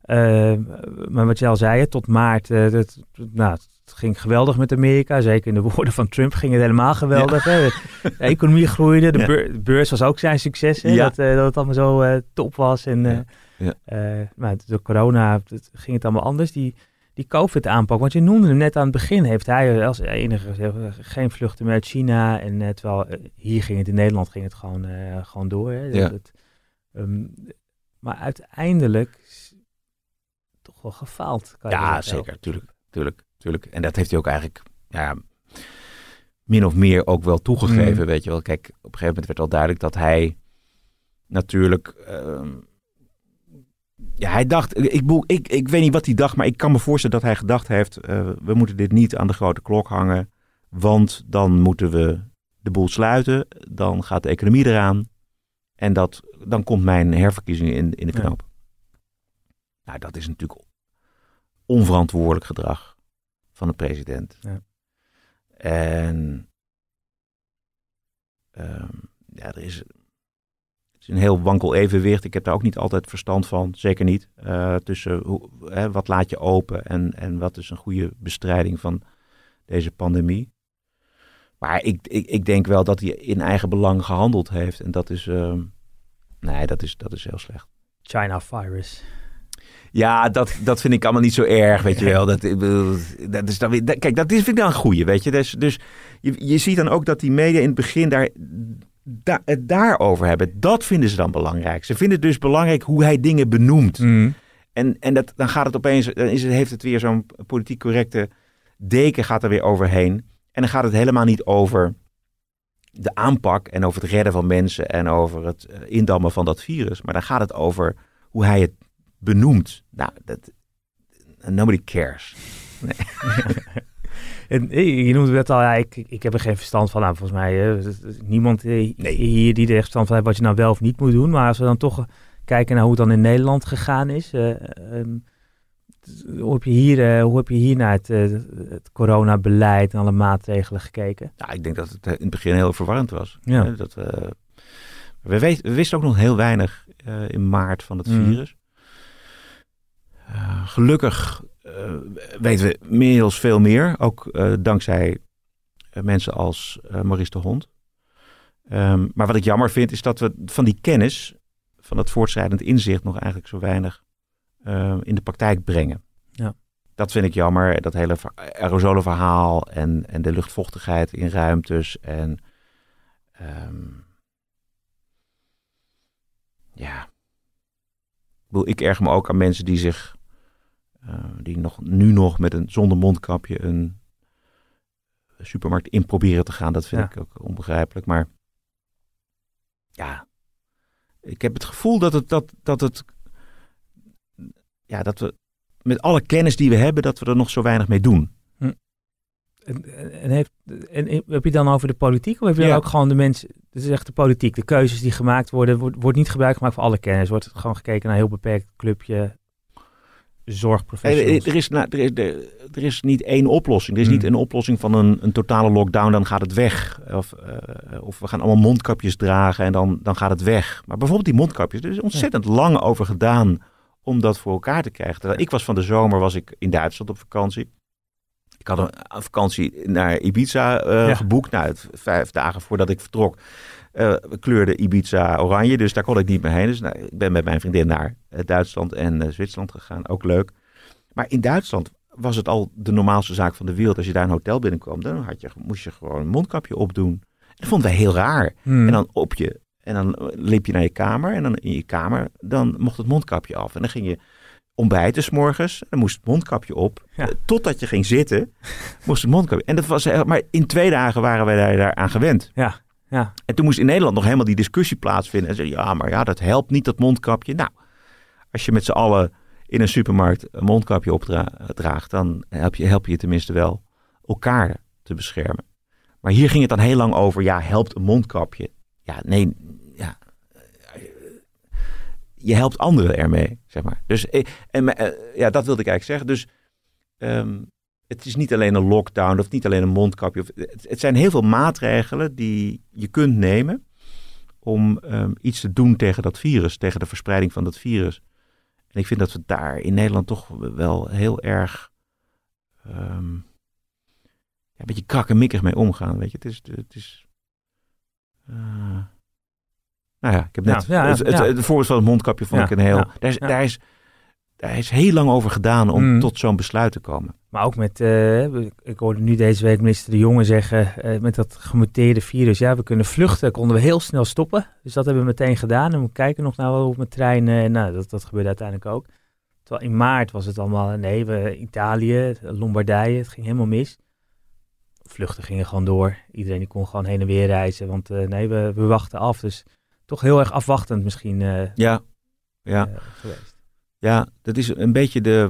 Uh, maar wat je al zei, tot maart, uh, dat, nou, het ging geweldig met Amerika. Zeker in de woorden van Trump ging het helemaal geweldig. Ja. Hè? De economie groeide, de, beur, de beurs was ook zijn succes. Hè? Ja. Dat, uh, dat het allemaal zo uh, top was. En, uh, ja. Ja. Uh, maar door corona ging het allemaal anders. Die, die COVID-aanpak, want je noemde hem net aan het begin, heeft hij als enige geen vluchten meer uit China. En uh, terwijl uh, hier ging het, in Nederland ging het gewoon, uh, gewoon door. Hè? Ja. Dat, um, maar uiteindelijk toch wel gefaald. Kan je ja, zeker. Tuurlijk, tuurlijk, tuurlijk. En dat heeft hij ook eigenlijk ja, min of meer ook wel toegegeven. Mm. Weet je wel. Kijk, op een gegeven moment werd al duidelijk dat hij natuurlijk... Uh, ja, hij dacht... Ik, ik, ik weet niet wat hij dacht, maar ik kan me voorstellen dat hij gedacht heeft... Uh, we moeten dit niet aan de grote klok hangen, want dan moeten we de boel sluiten. Dan gaat de economie eraan. En dat, dan komt mijn herverkiezing in, in de knoop. Ja. Nou, dat is natuurlijk onverantwoordelijk gedrag van de president. Ja. En um, ja, er is, het is een heel wankel evenwicht. Ik heb daar ook niet altijd verstand van, zeker niet. Uh, tussen hoe, hè, wat laat je open en, en wat is een goede bestrijding van deze pandemie. Maar ik, ik, ik denk wel dat hij in eigen belang gehandeld heeft. En dat is, um, nee, dat is, dat is heel slecht. China virus. Ja, dat, dat vind ik allemaal niet zo erg, weet je wel. Dat, dat is dan weer, dat, kijk, dat is, vind ik dan een goeie, weet je. Dus, dus je, je ziet dan ook dat die media in het begin daar, da, het daarover hebben. Dat vinden ze dan belangrijk. Ze vinden het dus belangrijk hoe hij dingen benoemt. Mm. En, en dat, dan gaat het opeens, dan is het, heeft het weer zo'n politiek correcte deken gaat er weer overheen. En dan gaat het helemaal niet over de aanpak en over het redden van mensen en over het indammen van dat virus. Maar dan gaat het over hoe hij het benoemd. Nou, dat nobody cares. Nee. En je noemde het al, ja, ik, ik heb er geen verstand van. Nou, volgens mij uh, niemand uh, nee. hier die er echt verstand van heeft wat je nou wel of niet moet doen. Maar als we dan toch uh, kijken naar hoe het dan in Nederland gegaan is. Uh, um, hoe, heb je hier, uh, hoe heb je hier naar het, uh, het coronabeleid en alle maatregelen gekeken? Ja, ik denk dat het in het begin heel verwarrend was. Ja. Uh, dat, uh, we, weet, we wisten ook nog heel weinig uh, in maart van het virus. Mm. Uh, gelukkig uh, weten we inmiddels veel meer. Ook uh, dankzij uh, mensen als uh, Maurice de Hond. Um, maar wat ik jammer vind is dat we van die kennis, van dat voortschrijdend inzicht, nog eigenlijk zo weinig uh, in de praktijk brengen. Ja. Dat vind ik jammer. Dat hele aerosolenverhaal en, en de luchtvochtigheid in ruimtes. En um, ja, ik erger me ook aan mensen die zich Uh, die nog, nu nog met een zonder mondkapje een supermarkt in proberen te gaan. Dat vind ja. ik ook onbegrijpelijk. Maar ja, ik heb het gevoel dat het, dat, dat het, ja, dat we met alle kennis die we hebben, dat we er nog zo weinig mee doen. Hm. En, en, heeft, en heb je dan over de politiek of heb je ja. dan ook gewoon de mensen, het is echt de politiek, de keuzes die gemaakt worden, wordt, wordt niet gebruik gemaakt voor alle kennis. Wordt gewoon gekeken naar een heel beperkt clubje zorgprofessionals. Er is, nou, er, is, er is niet één oplossing. Er is mm. niet een oplossing van een, een totale lockdown, dan gaat het weg. Of, uh, of we gaan allemaal mondkapjes dragen en dan, dan gaat het weg. Maar bijvoorbeeld die mondkapjes, er is ontzettend ja. lang over gedaan om dat voor elkaar te krijgen. Terwijl ik was van de zomer, was ik in Duitsland op vakantie. Ik had een, een vakantie naar Ibiza uh, ja. geboekt. Nou, het, vijf dagen voordat ik vertrok uh, kleurde Ibiza oranje. Dus daar kon ik niet meer heen. Dus nou, ik ben met mijn vriendin naar uh, Duitsland en uh, Zwitserland gegaan. Ook leuk. Maar in Duitsland was het al de normaalste zaak van de wereld. Als je daar een hotel binnenkwam, dan had je, moest je gewoon een mondkapje opdoen. Dat vonden wij heel raar. Hmm. En dan op je, en dan liep je naar je kamer. En dan in je kamer, dan mocht het mondkapje af. En dan ging je ontbijten 's morgens. Dan moest het mondkapje op. Ja. Totdat je ging zitten, moest het mondkapje. En dat was, maar in twee dagen waren wij daar, daar aan gewend. Ja. Ja. En toen moest in Nederland nog helemaal die discussie plaatsvinden. En zei, ja, maar ja, dat helpt niet, dat mondkapje. Nou, als je met z'n allen in een supermarkt een mondkapje opdraagt, dan help je, help je tenminste wel elkaar te beschermen. Maar hier ging het dan heel lang over, ja, helpt een mondkapje? Ja, nee, ja. Je helpt anderen ermee, zeg maar. Dus, en, ja, dat wilde ik eigenlijk zeggen. Dus um, het is niet alleen een lockdown of niet alleen een mondkapje. Of, het, het zijn heel veel maatregelen die je kunt nemen om um, iets te doen tegen dat virus, tegen de verspreiding van dat virus. En ik vind dat we daar in Nederland toch wel heel erg um, ja, een beetje krakkemikkig mee omgaan. Weet je, het is... Het is uh, nou ja, ik heb net... Ja, ja, het, het, ja. het, het voorbeeld van het mondkapje vond Ja, ik een heel... ja, daar, is, ja. daar, is, daar is heel lang over gedaan om Mm. tot zo'n besluit te komen. Maar ook met, uh, ik hoorde nu deze week minister De Jonge zeggen, uh, met dat gemuteerde virus, ja, we kunnen vluchten, konden we heel snel stoppen. Dus dat hebben we meteen gedaan. En we kijken nog naar hoe met treinen, en nou, dat, dat gebeurde uiteindelijk ook. Terwijl in maart was het allemaal, nee, we, Italië, Lombardije, het ging helemaal mis. Vluchten gingen gewoon door. Iedereen die kon gewoon heen en weer reizen, want uh, nee, we, we wachten af. Dus toch heel erg afwachtend misschien uh, ja, ja. Uh, geweest. Ja, dat is een beetje de...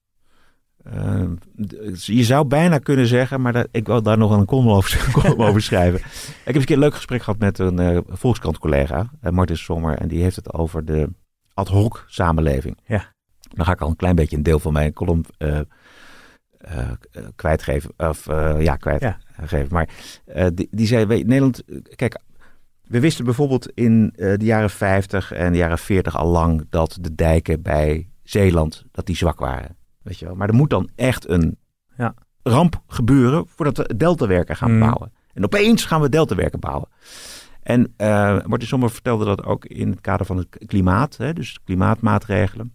Uh, je zou bijna kunnen zeggen, maar dat, ik wil daar nog een column over, column over schrijven. Ik heb eens een keer een leuk gesprek gehad met een uh, Volkskrant-collega, uh, Martin Sommer, en die heeft het over de ad hoc samenleving. Ja. Dan ga ik al een klein beetje een deel van mijn column uh, uh, kwijtgeven, of uh, ja, kwijtgeven. Ja. Maar uh, die, die zei, weet, Nederland, kijk, we wisten bijvoorbeeld in uh, de jaren vijftig en de jaren veertig al lang dat de dijken bij Zeeland, dat die zwak waren. Weet je wel. Maar er moet dan echt een ja. ramp gebeuren voordat we deltawerken gaan mm. bouwen. En opeens gaan we deltawerken bouwen. En uh, Martin Sommer vertelde dat ook in het kader van het klimaat. Hè, dus klimaatmaatregelen.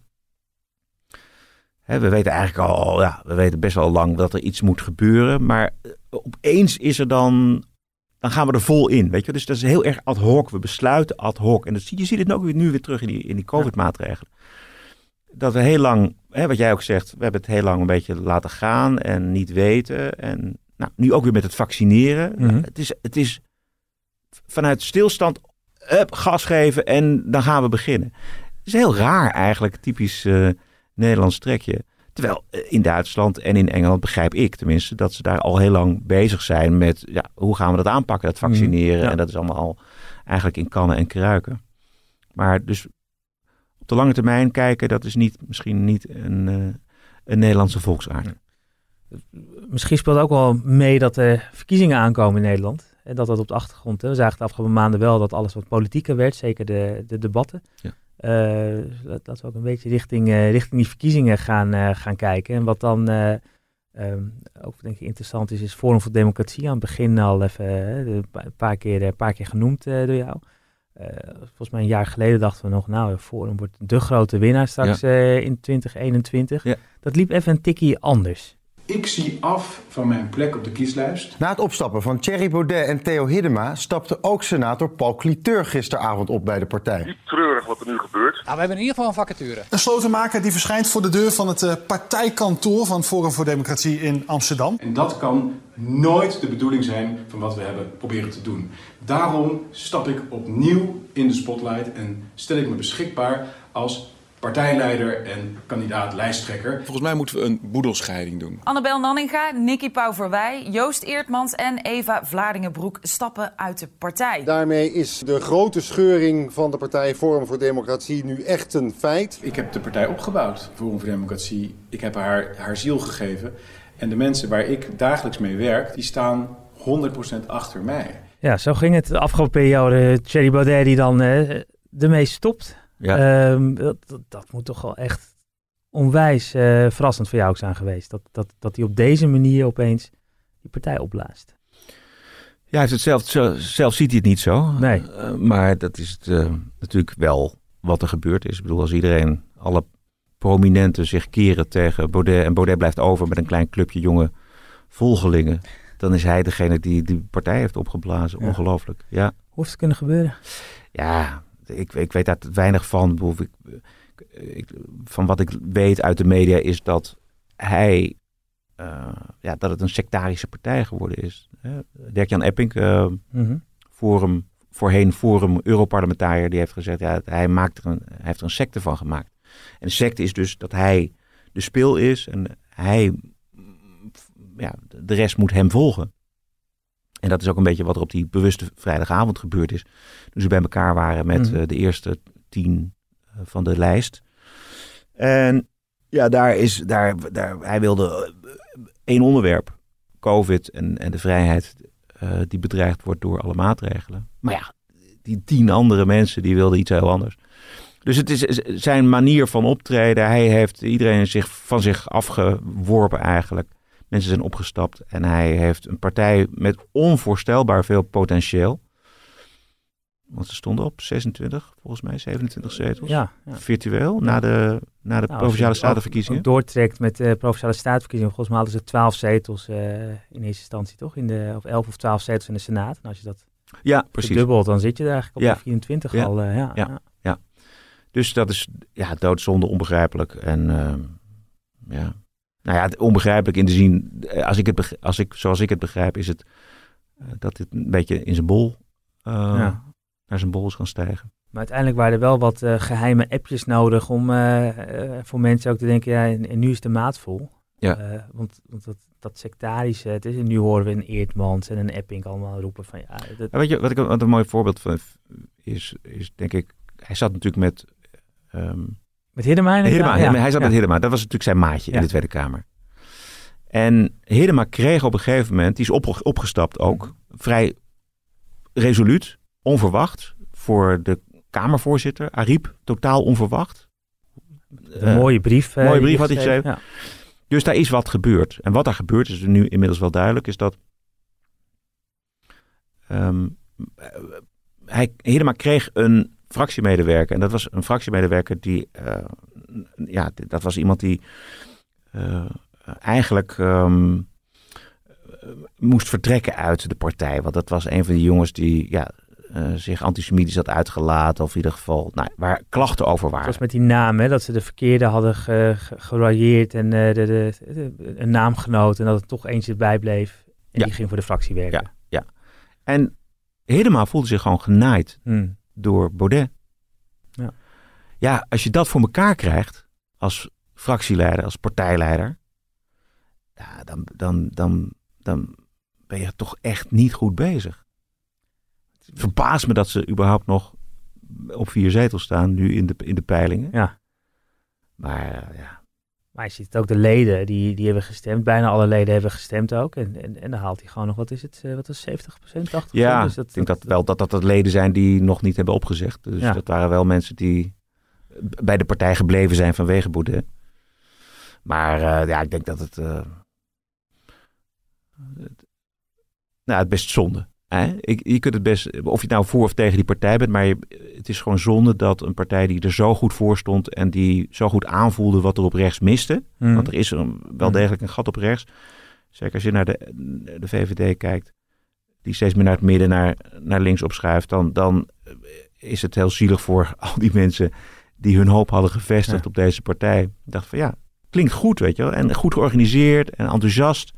Hè, we weten eigenlijk al, ja, we weten best wel lang dat er iets moet gebeuren. Maar uh, opeens is er dan, dan gaan we er vol in. Weet je? Dus dat is heel erg ad hoc. We besluiten ad hoc. En dat, je ziet het ook weer, nu weer terug in die, in die COVID-maatregelen. Dat we heel lang, hè, wat jij ook zegt, we hebben het heel lang een beetje laten gaan en niet weten. En nou, nu ook weer met het vaccineren. Mm-hmm. Nou, het, is, het is vanuit stilstand up, gas geven en dan gaan we beginnen. Het is heel raar eigenlijk, typisch uh, Nederlands trekje. Terwijl uh, in Duitsland en in Engeland begrijp ik tenminste dat ze daar al heel lang bezig zijn met ja, hoe gaan we dat aanpakken, dat vaccineren. Mm, ja. En dat is allemaal al eigenlijk in kannen en kruiken. Maar dus op de lange termijn kijken, dat is niet, misschien niet een, uh, een Nederlandse volksaard. Misschien speelt ook wel mee dat er verkiezingen aankomen in Nederland. En dat dat op de achtergrond. Hè. We zagen de afgelopen maanden wel dat alles wat politieker werd. Zeker de, de debatten. Ja. Uh, dat, dat we ook een beetje richting, uh, richting die verkiezingen gaan, uh, gaan kijken. En wat dan uh, um, ook denk ik interessant is, is Forum voor Democratie. Aan het begin al even uh, een paar keer, een paar keer genoemd uh, door jou. Uh, volgens mij een jaar geleden dachten we nog, nou, Forum wordt de grote winnaar straks ja. uh, in twintig eenentwintig. Ja. Dat liep even een tikkie anders. Ik zie af van mijn plek op de kieslijst. Na het opstappen van Thierry Baudet en Theo Hiddema stapte ook senator Paul Cliteur gisteravond op bij de partij. Niet treurig wat er nu gebeurt. Nou, we hebben in ieder geval een vacature. Een slotenmaker die verschijnt voor de deur van het uh, partijkantoor van Forum voor Democratie in Amsterdam. En dat kan nooit de bedoeling zijn van wat we hebben proberen te doen. Daarom stap ik opnieuw in de spotlight en stel ik me beschikbaar als partijleider en kandidaat lijsttrekker. Volgens mij moeten we een boedelscheiding doen. Annabel Nanninga, Nicky Pauverwij, Joost Eertmans en Eva Vlaardingenbroek stappen uit de partij. Daarmee is de grote scheuring van de partij Forum voor Democratie nu echt een feit. Ik heb de partij opgebouwd, Forum voor Democratie. Ik heb haar haar ziel gegeven. En de mensen waar ik dagelijks mee werk, die staan honderd procent achter mij. Ja, zo ging het de afgelopen periode. Thierry Baudet die dan uh, ermee stopt. Ja. Um, dat, dat, dat moet toch wel echt onwijs uh, verrassend voor jou ook zijn geweest. Dat, dat, dat hij op deze manier opeens die partij opblaast. Ja, hij heeft het zelf, zelf ziet hij het niet zo. Nee. Uh, maar dat is het, uh, natuurlijk wel wat er gebeurd is. Ik bedoel, als iedereen, alle prominenten zich keren tegen Baudet en Baudet blijft over met een klein clubje jonge volgelingen, dan is hij degene die die partij heeft opgeblazen. Ja. Ongelooflijk. Ja. Hoe heeft het kunnen gebeuren? Ja, ik, ik weet daar weinig van. Ik, ik, van wat ik weet uit de media is dat hij, uh, ja, dat het een sectarische partij geworden is. Dirk-Jan Epping, uh, mm-hmm. Forum, voorheen Forum Europarlementariër, die heeft gezegd, ja, hij, maakt er een, hij heeft er een secte van gemaakt. En de secte is dus dat hij de spil is en hij, ja, de rest moet hem volgen. En dat is ook een beetje wat er op die bewuste vrijdagavond gebeurd is. Toen ze bij elkaar waren met mm. uh, de eerste tien uh, van de lijst. En ja, daar is, daar, daar, hij wilde uh, één onderwerp. COVID en, en de vrijheid uh, die bedreigd wordt door alle maatregelen. Maar ja, die tien andere mensen die wilden iets heel anders. Dus het is zijn manier van optreden. Hij heeft iedereen zich van zich afgeworpen eigenlijk. Mensen zijn opgestapt en hij heeft een partij met onvoorstelbaar veel potentieel. Want ze stonden op zesentwintig, volgens mij zevenentwintig zetels. Ja, ja. Virtueel, na de, na de nou, Provinciale Statenverkiezingen. Doortrekt met de Provinciale Statenverkiezingen. Volgens mij hadden ze twaalf zetels uh, in eerste instantie, toch? In de, of elf of twaalf zetels in de Senaat. En als je dat ja, precies. dubbelt, dan zit je er eigenlijk op ja. de vierentwintig ja. al. Uh, ja, ja. Ja. ja, dus dat is ja, doodzonde, onbegrijpelijk. En uh, ja... Nou ja, onbegrijpelijk in de zin, als ik het, als ik, zoals ik het begrijp, is het uh, dat het een beetje in zijn bol, uh, ja. naar zijn bol is gaan stijgen. Maar uiteindelijk waren er wel wat uh, geheime appjes nodig om uh, uh, voor mensen ook te denken, ja, en, en nu is de maat vol. Ja. Uh, want want dat, dat sectarische, het is, en nu horen we een Eertmans en een Epping allemaal roepen van ja. Dat... ja weet je, wat ik wat een mooi voorbeeld van is, is denk ik, hij zat natuurlijk met... Um, Met Hiddema? Hiddema, ja. Hij zat ja. met Hiddema. Dat was natuurlijk zijn maatje ja. in de Tweede Kamer. En Hiddema kreeg op een gegeven moment, die is op, opgestapt ook, vrij resoluut, onverwacht, voor de Kamervoorzitter, Ariep, totaal onverwacht. Een uh, mooie brief. Mooie brief had hij geschreven. Ja. Dus daar is wat gebeurd. En wat daar gebeurd is, is nu inmiddels wel duidelijk, is dat um, hij, Hiddema kreeg een fractiemedewerker. En dat was een fractiemedewerker die, uh, ja, dat was iemand die uh, eigenlijk um, moest vertrekken uit de partij. Want dat was een van die jongens die ja, uh, zich antisemitisch had uitgelaten. Of in ieder geval, nou, waar klachten over waren. Het was met die naam, hè, dat ze de verkeerde hadden ge, ge, geraailleerd en uh, de, de, de, een naamgenoot. En dat het toch eentje erbij bleef. En ja. die ging voor de fractie werken. Ja, ja. En Hiddema voelde zich gewoon genaaid. Hmm. Door Baudet. Ja. ja, als je dat voor elkaar krijgt als fractieleider, als partijleider, ja, dan, dan, dan, dan ben je toch echt niet goed bezig. Het verbaast me dat ze überhaupt nog op vier zetels staan nu in de, in de peilingen. Ja. Maar uh, ja. Maar je ziet ook de leden, die, die hebben gestemd. Bijna alle leden hebben gestemd ook. En, en, en dan haalt hij gewoon nog, wat is het, wat is zeventig procent, tachtig procent? Ja, dus dat, ik denk dat, dat wel dat, dat dat leden zijn die nog niet hebben opgezegd. Dus ja. dat waren wel mensen die bij de partij gebleven zijn vanwege Baudet. Maar uh, ja, ik denk dat het... Uh, het nou, het best zonde. Hè? Ik, je kunt het best, of je nou voor of tegen die partij bent, maar je, het is gewoon zonde dat een partij die er zo goed voor stond en die zo goed aanvoelde wat er op rechts miste, mm. want er is een, wel degelijk een gat op rechts, zeker als je naar de, de V V D kijkt, die steeds meer naar het midden, naar, naar links opschuift, dan, dan is het heel zielig voor al die mensen die hun hoop hadden gevestigd ja. op deze partij. Ik dacht van ja, klinkt goed, weet je wel, en goed georganiseerd en enthousiast.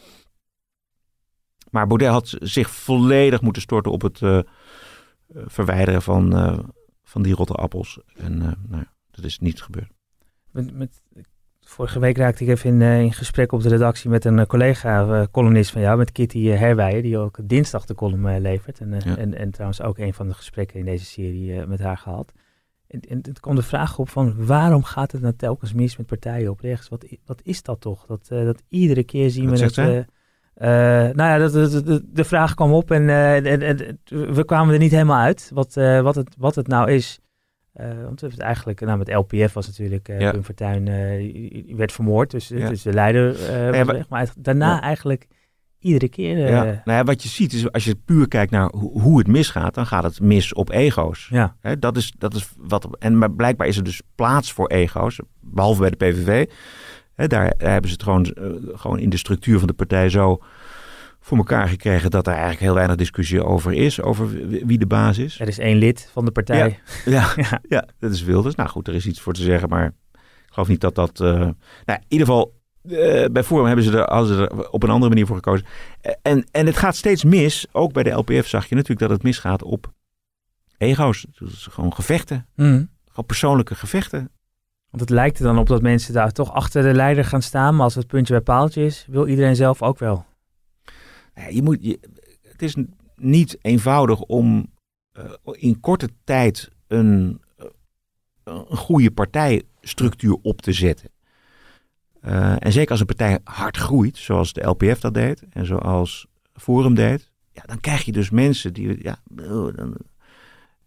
Maar Baudet had zich volledig moeten storten op het uh, verwijderen van, uh, van die rotte appels. En uh, nou, dat is niet gebeurd. Met, met, vorige week raakte ik even in, uh, in gesprek op de redactie met een uh, collega-columnist uh, van jou, met Kitty uh, Herwijen, die ook dinsdag de column uh, levert. En, uh, ja. en, en trouwens ook een van de gesprekken in deze serie uh, met haar gehad. En, en het kwam de vraag op van waarom gaat het nou telkens mis met partijen op rechts? Wat, wat is dat toch? Dat, uh, dat iedere keer zien wat we het... Uh, Uh, nou ja, de, de, de, de vraag kwam op en, uh, en, en we kwamen er niet helemaal uit wat, uh, wat, het, wat het nou is. Uh, want we hebben het eigenlijk, nou met L P F was natuurlijk, uh, ja. Pim Fortuyn uh, werd vermoord, dus, ja. dus de leider uh, ja, maar, maar daarna ja. eigenlijk iedere keer... Uh, ja. Nou ja, wat je ziet is, als je puur kijkt naar ho- hoe het misgaat, dan gaat het mis op ego's. Ja. Hè, dat is, dat is wat, en maar blijkbaar is er dus plaats voor ego's, behalve bij de P V V. He, daar hebben ze het gewoon, uh, gewoon in de structuur van de partij zo voor elkaar gekregen dat er eigenlijk heel weinig discussie over is, over wie de baas is. Er is één lid van de partij. Ja, ja, ja. ja dat is Wilders. Nou goed, er is iets voor te zeggen, maar ik geloof niet dat dat... Uh, nou, in ieder geval, uh, bij Forum hebben ze, er, hadden ze er op een andere manier voor gekozen. Uh, en, en het gaat steeds mis. Ook bij de L P F zag je natuurlijk dat het misgaat op ego's. Dus gewoon gevechten. Mm. Gewoon persoonlijke gevechten. Want het lijkt er dan op dat mensen daar toch achter de leider gaan staan. Maar als het puntje bij paaltje is, wil iedereen zelf ook wel. Ja, je moet, je, het is niet eenvoudig om uh, in korte tijd een, uh, een goede partijstructuur op te zetten. Uh, en zeker als een partij hard groeit, zoals de L P F dat deed en zoals Forum deed. Ja, dan krijg je dus mensen die... Ja, dan,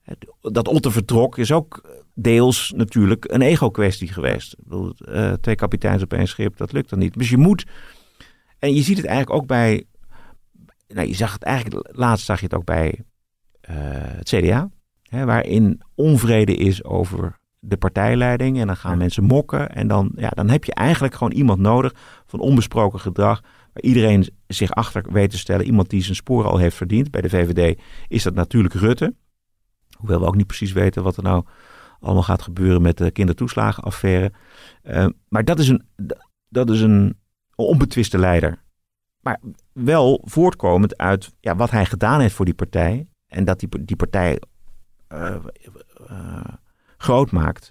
dat Otte vertrok is ook deels natuurlijk een ego-kwestie geweest. Ik bedoel, uh, twee kapiteins op één schip, dat lukt dan niet. Dus je moet... En je ziet het eigenlijk ook bij... Nou, je zag het eigenlijk... Laatst zag je het ook bij uh, het C D A. Hè, waarin onvrede is over de partijleiding. En dan gaan ja. mensen mokken. En dan, ja, dan heb je eigenlijk gewoon iemand nodig van onbesproken gedrag. Waar iedereen zich achter weet te stellen. Iemand die zijn sporen al heeft verdiend. Bij de V V D is dat natuurlijk Rutte. Hoewel we ook niet precies weten wat er nou allemaal gaat gebeuren met de kindertoeslagenaffaire. Uh, maar dat is een, dat is een onbetwiste leider. Maar wel voortkomend uit ja, wat hij gedaan heeft voor die partij. En dat die, die partij uh, uh, groot maakt.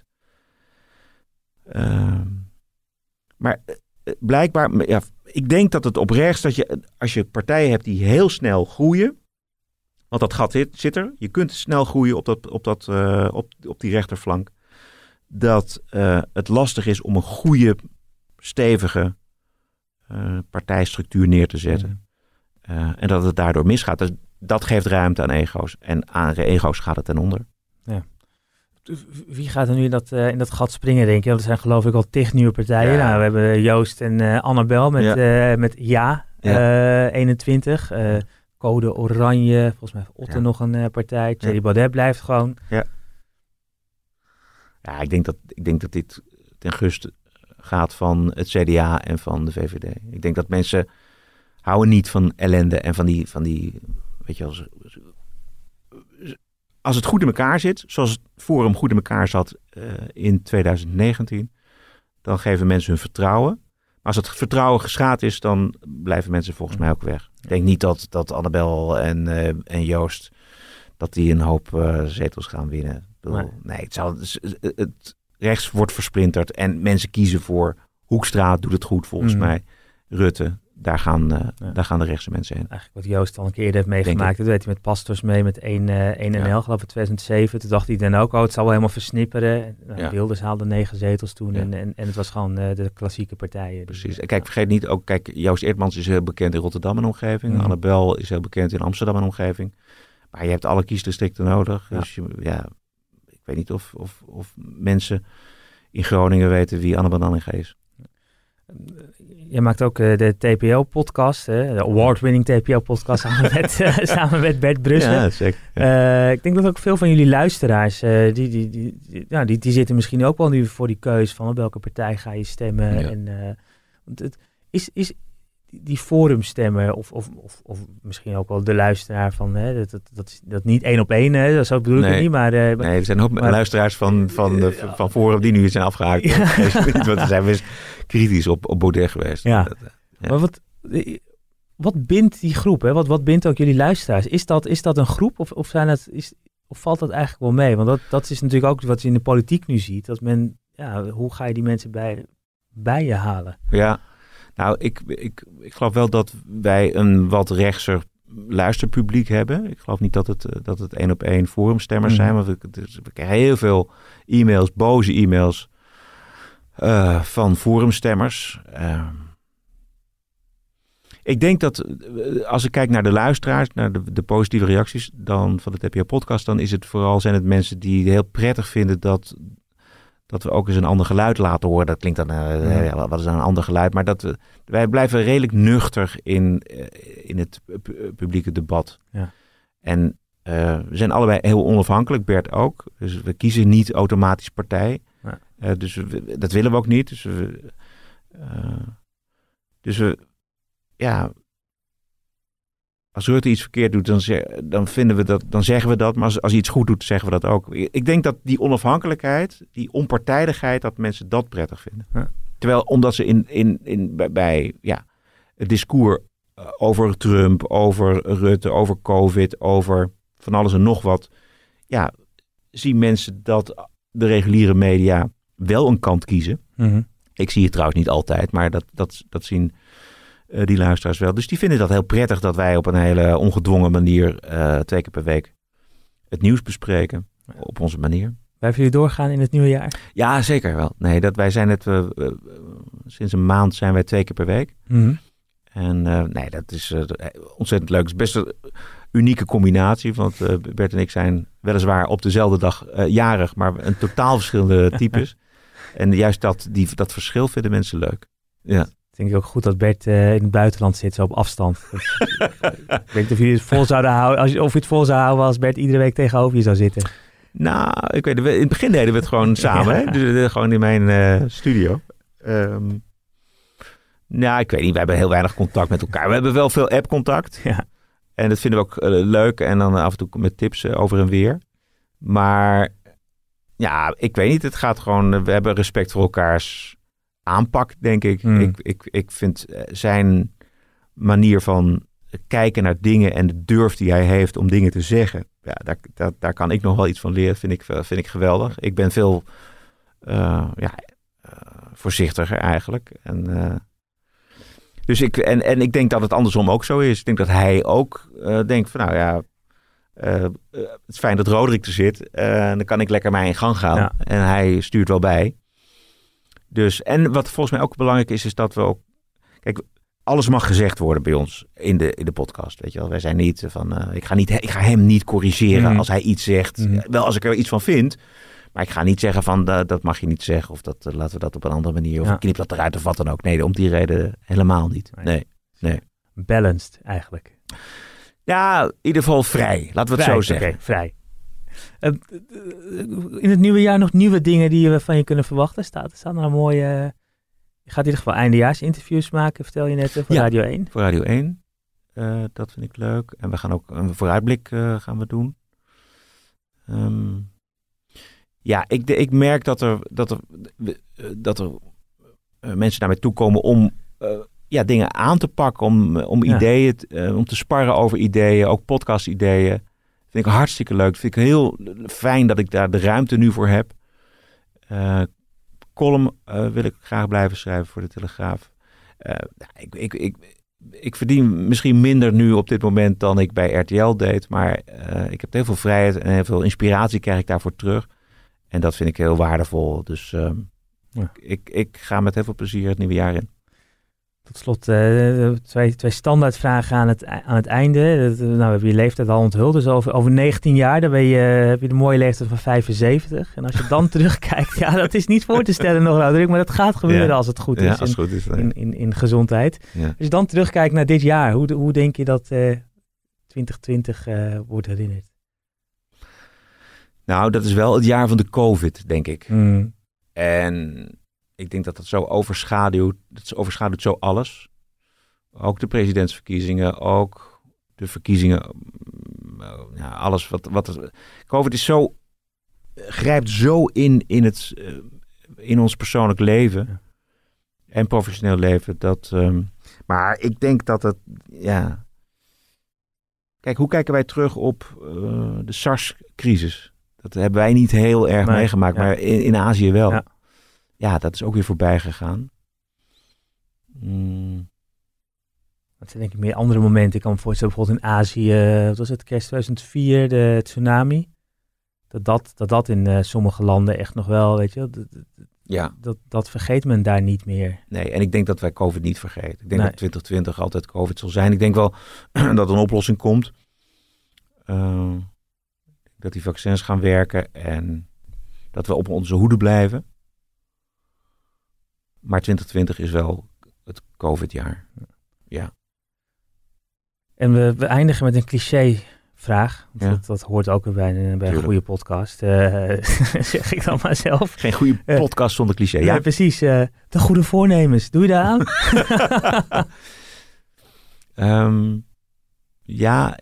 Uh, maar uh, blijkbaar, ja, ik denk dat het oprecht is dat je, als je partijen hebt die heel snel groeien. Want dat gat zit, zit er. Je kunt snel groeien op, dat, op, dat, uh, op, op die rechterflank. Dat uh, het lastig is om een goede, stevige uh, partijstructuur neer te zetten. Mm. Uh, en dat het daardoor misgaat. Dus dat geeft ruimte aan ego's. En aan ego's gaat het ten onder. Ja. Wie gaat er nu in dat, uh, in dat gat springen, denk je? Want er zijn geloof ik al tig nieuwe partijen. Ja. Nou, we hebben Joost en uh, Annabel met Ja, uh, met ja, ja. Uh, eenentwintig. Uh, Code Oranje. Volgens mij heeft Otte ja. nog een uh, partij. Thierry ja. Baudet blijft gewoon. Ja, ja ik, denk dat, ik denk dat dit ten gunste gaat van het C D A en van de V V D. Ik denk dat mensen houden niet van ellende en van die, van die weet je, als, als het goed in elkaar zit, zoals het Forum goed in elkaar zat uh, in twintig negentien, dan geven mensen hun vertrouwen. Maar als het vertrouwen geschaad is, dan blijven mensen volgens mij ook weg. Ik denk niet dat, dat Annabel en, uh, en Joost, dat die een hoop uh, zetels gaan winnen. Ik bedoel, nee, nee het, zou, het, het rechts wordt versplinterd en mensen kiezen voor Hoekstra, doet het goed volgens mm. mij. Rutte, daar gaan, uh, ja. daar gaan de rechtse mensen heen. Eigenlijk wat Joost al een keer eerder heeft meegemaakt. Dat weet hij met Pastors mee, met één N L, ja. geloof ik, tweeduizend zeven. Toen dacht hij dan ook, oh, het zal wel helemaal versnipperen. Nou, ja. Wilders haalde negen zetels toen ja. en, en, en het was gewoon uh, de klassieke partijen. Precies. En kijk, vergeet niet ook, kijk, Joost Eertmans is heel bekend in Rotterdam en omgeving. Mm. Annabel is heel bekend in Amsterdam en omgeving. Maar je hebt alle kiesdistricten nodig. Ja. Dus je, ja, ik weet niet of, of, of mensen in Groningen weten wie Annabel Nanninga is. Je maakt ook uh, de T P O-podcast, uh, de award-winning T P O-podcast samen met, uh, samen met Bert Brussen. Ja, zeker. Ja. Uh, ik denk dat ook veel van jullie luisteraars, uh, die, die, die, die, nou, die, die zitten misschien ook wel nu voor die keus van op welke partij ga je stemmen. Ja. En, uh, want het, is, is die forumstemmen of, of, of, of misschien ook wel de luisteraar van, hè, dat, dat, dat, is, dat niet één op één, hè, zo bedoel ik nee. het niet. Maar, uh, nee, er zijn ook maar, luisteraars van, van, de, van, van Forum die nu zijn afgehaakt. Ja. Want we zijn best kritisch op, op Baudet geweest. Ja. Dat, uh, ja. Maar wat, wat bindt die groep? Hè? Wat, wat bindt ook jullie luisteraars? Is dat, is dat een groep of, of, zijn het, is, of valt dat eigenlijk wel mee? Want dat, dat is natuurlijk ook wat je in de politiek nu ziet. Dat men, ja, hoe ga je die mensen bij, bij je halen? Ja. Nou, ik, ik, ik geloof wel dat wij een wat rechtser luisterpubliek hebben. Ik geloof niet dat het, dat het één op één forumstemmers mm. zijn. Want we, dus we krijgen heel veel e-mails, boze e-mails uh, van forumstemmers. Uh, ik denk dat als ik kijk naar de luisteraars, naar de, de positieve reacties dan van de T P O-podcast, dan is het vooral zijn het mensen die heel prettig vinden dat... dat we ook eens een ander geluid laten horen. Dat klinkt dan, uh, ja, wat is dan een ander geluid? Maar dat we, wij blijven redelijk nuchter in, uh, in het pu- publieke debat. Ja. En uh, we zijn allebei heel onafhankelijk, Bert ook. Dus we kiezen niet automatisch partij. Ja. Uh, dus we, dat willen we ook niet. Dus we, uh, dus we ja... Als Rutte iets verkeerd doet, dan, ze, dan, vinden we dat, dan zeggen we dat. Maar als, als hij iets goed doet, zeggen we dat ook. Ik denk dat die onafhankelijkheid, die onpartijdigheid, dat mensen dat prettig vinden. Ja. Terwijl, omdat ze in, in, in, bij, bij ja, het discours over Trump, over Rutte, over COVID, over van alles en nog wat. Ja, zien mensen dat de reguliere media wel een kant kiezen. Mm-hmm. Ik zie het trouwens niet altijd, maar dat, dat, dat zien... Uh, die luisteraars wel. Dus die vinden dat heel prettig dat wij op een hele ongedwongen manier uh, twee keer per week het nieuws bespreken. Ja. Op onze manier. Blijven jullie doorgaan in het nieuwe jaar? Ja, zeker wel. Nee, dat wij zijn het, uh, uh, sinds een maand zijn wij twee keer per week. Mm-hmm. En uh, nee, dat is uh, ontzettend leuk. Het is best een unieke combinatie, want uh, Bert en ik zijn weliswaar op dezelfde dag uh, jarig, maar een totaal verschillende types. En juist dat, die, dat verschil vinden mensen leuk. Ja. Ik denk ook goed dat Bert uh, in het buitenland zit, zo op afstand. Ik weet niet of jullie het vol zouden houden, als je, of je het vol zou houden als Bert iedere week tegenover je zou zitten. Nou, ik weet, in het begin deden we het gewoon samen, ja. hè? Dus, gewoon in mijn uh, studio. Um, nou, ik weet niet, we hebben heel weinig contact met elkaar. We hebben wel veel app-contact. Ja. En dat vinden we ook uh, leuk. En dan af en toe met tips uh, over en weer. Maar ja, ik weet niet. Het gaat gewoon, uh, we hebben respect voor elkaars aanpak, denk ik. Mm. Ik, ik, ik vind uh, zijn manier van kijken naar dingen en de durf die hij heeft om dingen te zeggen. Ja, daar, daar, daar kan ik nog wel iets van leren. Vind ik, vind ik geweldig. Ik ben veel uh, ja, uh, voorzichtiger eigenlijk. En... Uh, Dus ik, en, en ik denk dat het andersom ook zo is. Ik denk dat hij ook uh, denkt van nou ja, uh, uh, het is fijn dat Roderick er zit. Uh, dan kan ik lekker mij in gang gaan. Ja. En hij stuurt wel bij. Dus, en wat volgens mij ook belangrijk is, is dat we ook... Kijk, alles mag gezegd worden bij ons in de, in de podcast. Weet je wel? Wij zijn niet van, uh, ik, ga niet ik ga hem niet corrigeren mm-hmm. als hij iets zegt. Mm-hmm. Wel als ik er iets van vind. Maar ik ga niet zeggen van, uh, dat mag je niet zeggen. Of dat, uh, laten we dat op een andere manier. Of ja. knip dat eruit of wat dan ook. Nee, om die reden helemaal niet. Nee, nee. Balanced eigenlijk. Ja, in ieder geval vrij. Laten we vrij, het zo zeggen. Okay, vrij. Uh, in het nieuwe jaar nog nieuwe dingen die we van je kunnen verwachten? Staat er staan er een mooie... Uh, je gaat in ieder geval eindejaarsinterviews maken, vertel je net, uh, voor ja, Radio één. Voor Radio één. Uh, dat vind ik leuk. En we gaan ook een vooruitblik uh, gaan we doen. Um, Ja, ik, ik merk dat er, dat er, dat er uh, mensen naar mij toe komen om uh, ja, dingen aan te pakken, om, om ja. ideeën, uh, om te sparren over ideeën, ook podcast-ideeën. Vind ik hartstikke leuk. Vind ik heel fijn dat ik daar de ruimte nu voor heb. Uh, column uh, wil ik graag blijven schrijven voor de Telegraaf. Uh, ik, ik, ik, ik verdien misschien minder nu op dit moment dan ik bij R T L deed, maar uh, ik heb heel veel vrijheid en heel veel inspiratie krijg ik daarvoor terug. En dat vind ik heel waardevol. Dus uh, ja. ik, ik ga met heel veel plezier het nieuwe jaar in. Tot slot, uh, twee, twee standaardvragen aan het, aan het einde. Dat, nou, we hebben je leeftijd al onthuld. Dus over, over negentien jaar, dan ben je, heb je de mooie leeftijd van vijfenzeventig. En als je dan terugkijkt, ja, dat is niet voor te stellen nog, Roderick, maar dat gaat gebeuren ja. als het goed is. Ja, als het goed is. In, in, in, in gezondheid. Ja. Als je dan terugkijkt naar dit jaar, hoe, hoe denk je dat uh, twintig twintig uh, wordt herinnerd? Nou, dat is wel het jaar van de COVID, denk ik. Mm. En ik denk dat dat zo overschaduwt, dat overschaduwt zo alles. Ook de presidentsverkiezingen, ook de verkiezingen. Ja, alles wat, wat... COVID is zo, grijpt zo in, in, het, in ons persoonlijk leven. Ja. En professioneel leven. Dat, um, maar ik denk dat het, ja... Kijk, hoe kijken wij terug op uh, de SARS-crisis? Dat hebben wij niet heel erg nee, meegemaakt, ja. maar in, in Azië wel. Ja. ja, dat is ook weer voorbij gegaan. Mm. Dat zijn denk ik meer andere momenten. Ik kan me voorstellen, bijvoorbeeld in Azië, wat was het, kerst tweeduizend vier, de tsunami. Dat dat, dat, dat in uh, sommige landen echt nog wel, weet je, dat, dat, ja. dat, dat vergeet men daar niet meer. Nee, en ik denk dat wij COVID niet vergeten. Ik denk nee. dat twintig twintig altijd COVID zal zijn. Ik denk wel dat er een oplossing komt. Uh, dat die vaccins gaan werken en dat we op onze hoede blijven. Maar twintig twintig is wel het COVID-jaar. Ja. En we, we eindigen met een cliché-vraag. Ja. Dat, dat hoort ook weer bij, bij een goede podcast. Uh, zeg ik dan maar zelf. Geen goede podcast uh, zonder cliché. Ja, ja precies. Uh, de goede voornemens. Doe je daar aan? um, ja...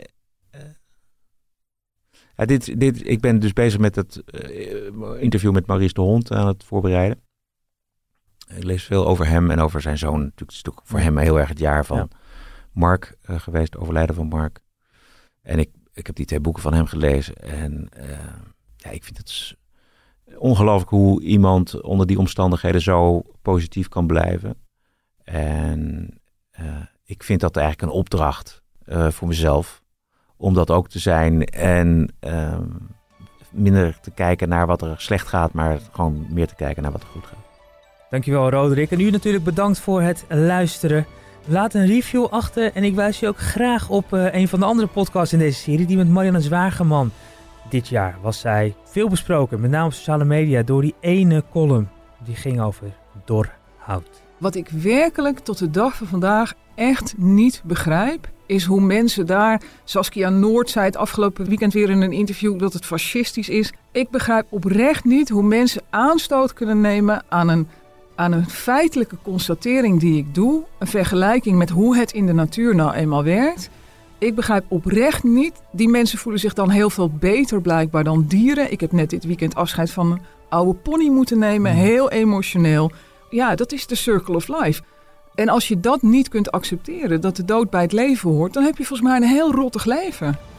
Ja, dit, dit, ik ben dus bezig met het uh, interview met Maurice de Hond aan het voorbereiden. Ik lees veel over hem en over zijn zoon. Natuurlijk, het is natuurlijk voor hem heel erg het jaar van ja. Mark uh, geweest, overlijden van Mark. En ik, ik heb die twee boeken van hem gelezen. En uh, ja, ik vind het ongelooflijk hoe iemand onder die omstandigheden zo positief kan blijven. En uh, ik vind dat eigenlijk een opdracht uh, voor mezelf. Om dat ook te zijn en uh, minder te kijken naar wat er slecht gaat, maar gewoon meer te kijken naar wat er goed gaat. Dankjewel, Roderick. En u natuurlijk bedankt voor het luisteren. Laat een review achter en ik wijs je ook graag op uh, een van de andere podcasts in deze serie, die met Marianne Zwageman. Dit jaar was zij veel besproken, met name op sociale media, door die ene column die ging over Dorhout. Wat ik werkelijk tot de dag van vandaag echt niet begrijp, is hoe mensen daar, Saskia Noord zei het afgelopen weekend weer in een interview, dat het fascistisch is. Ik begrijp oprecht niet hoe mensen aanstoot kunnen nemen aan een, aan een feitelijke constatering die ik doe. Een vergelijking met hoe het in de natuur nou eenmaal werkt. Ik begrijp oprecht niet. Die mensen voelen zich dan heel veel beter blijkbaar dan dieren. Ik heb net dit weekend afscheid van een oude pony moeten nemen. Heel emotioneel. Ja, dat is de circle of life. En als je dat niet kunt accepteren, dat de dood bij het leven hoort, dan heb je volgens mij een heel rottig leven.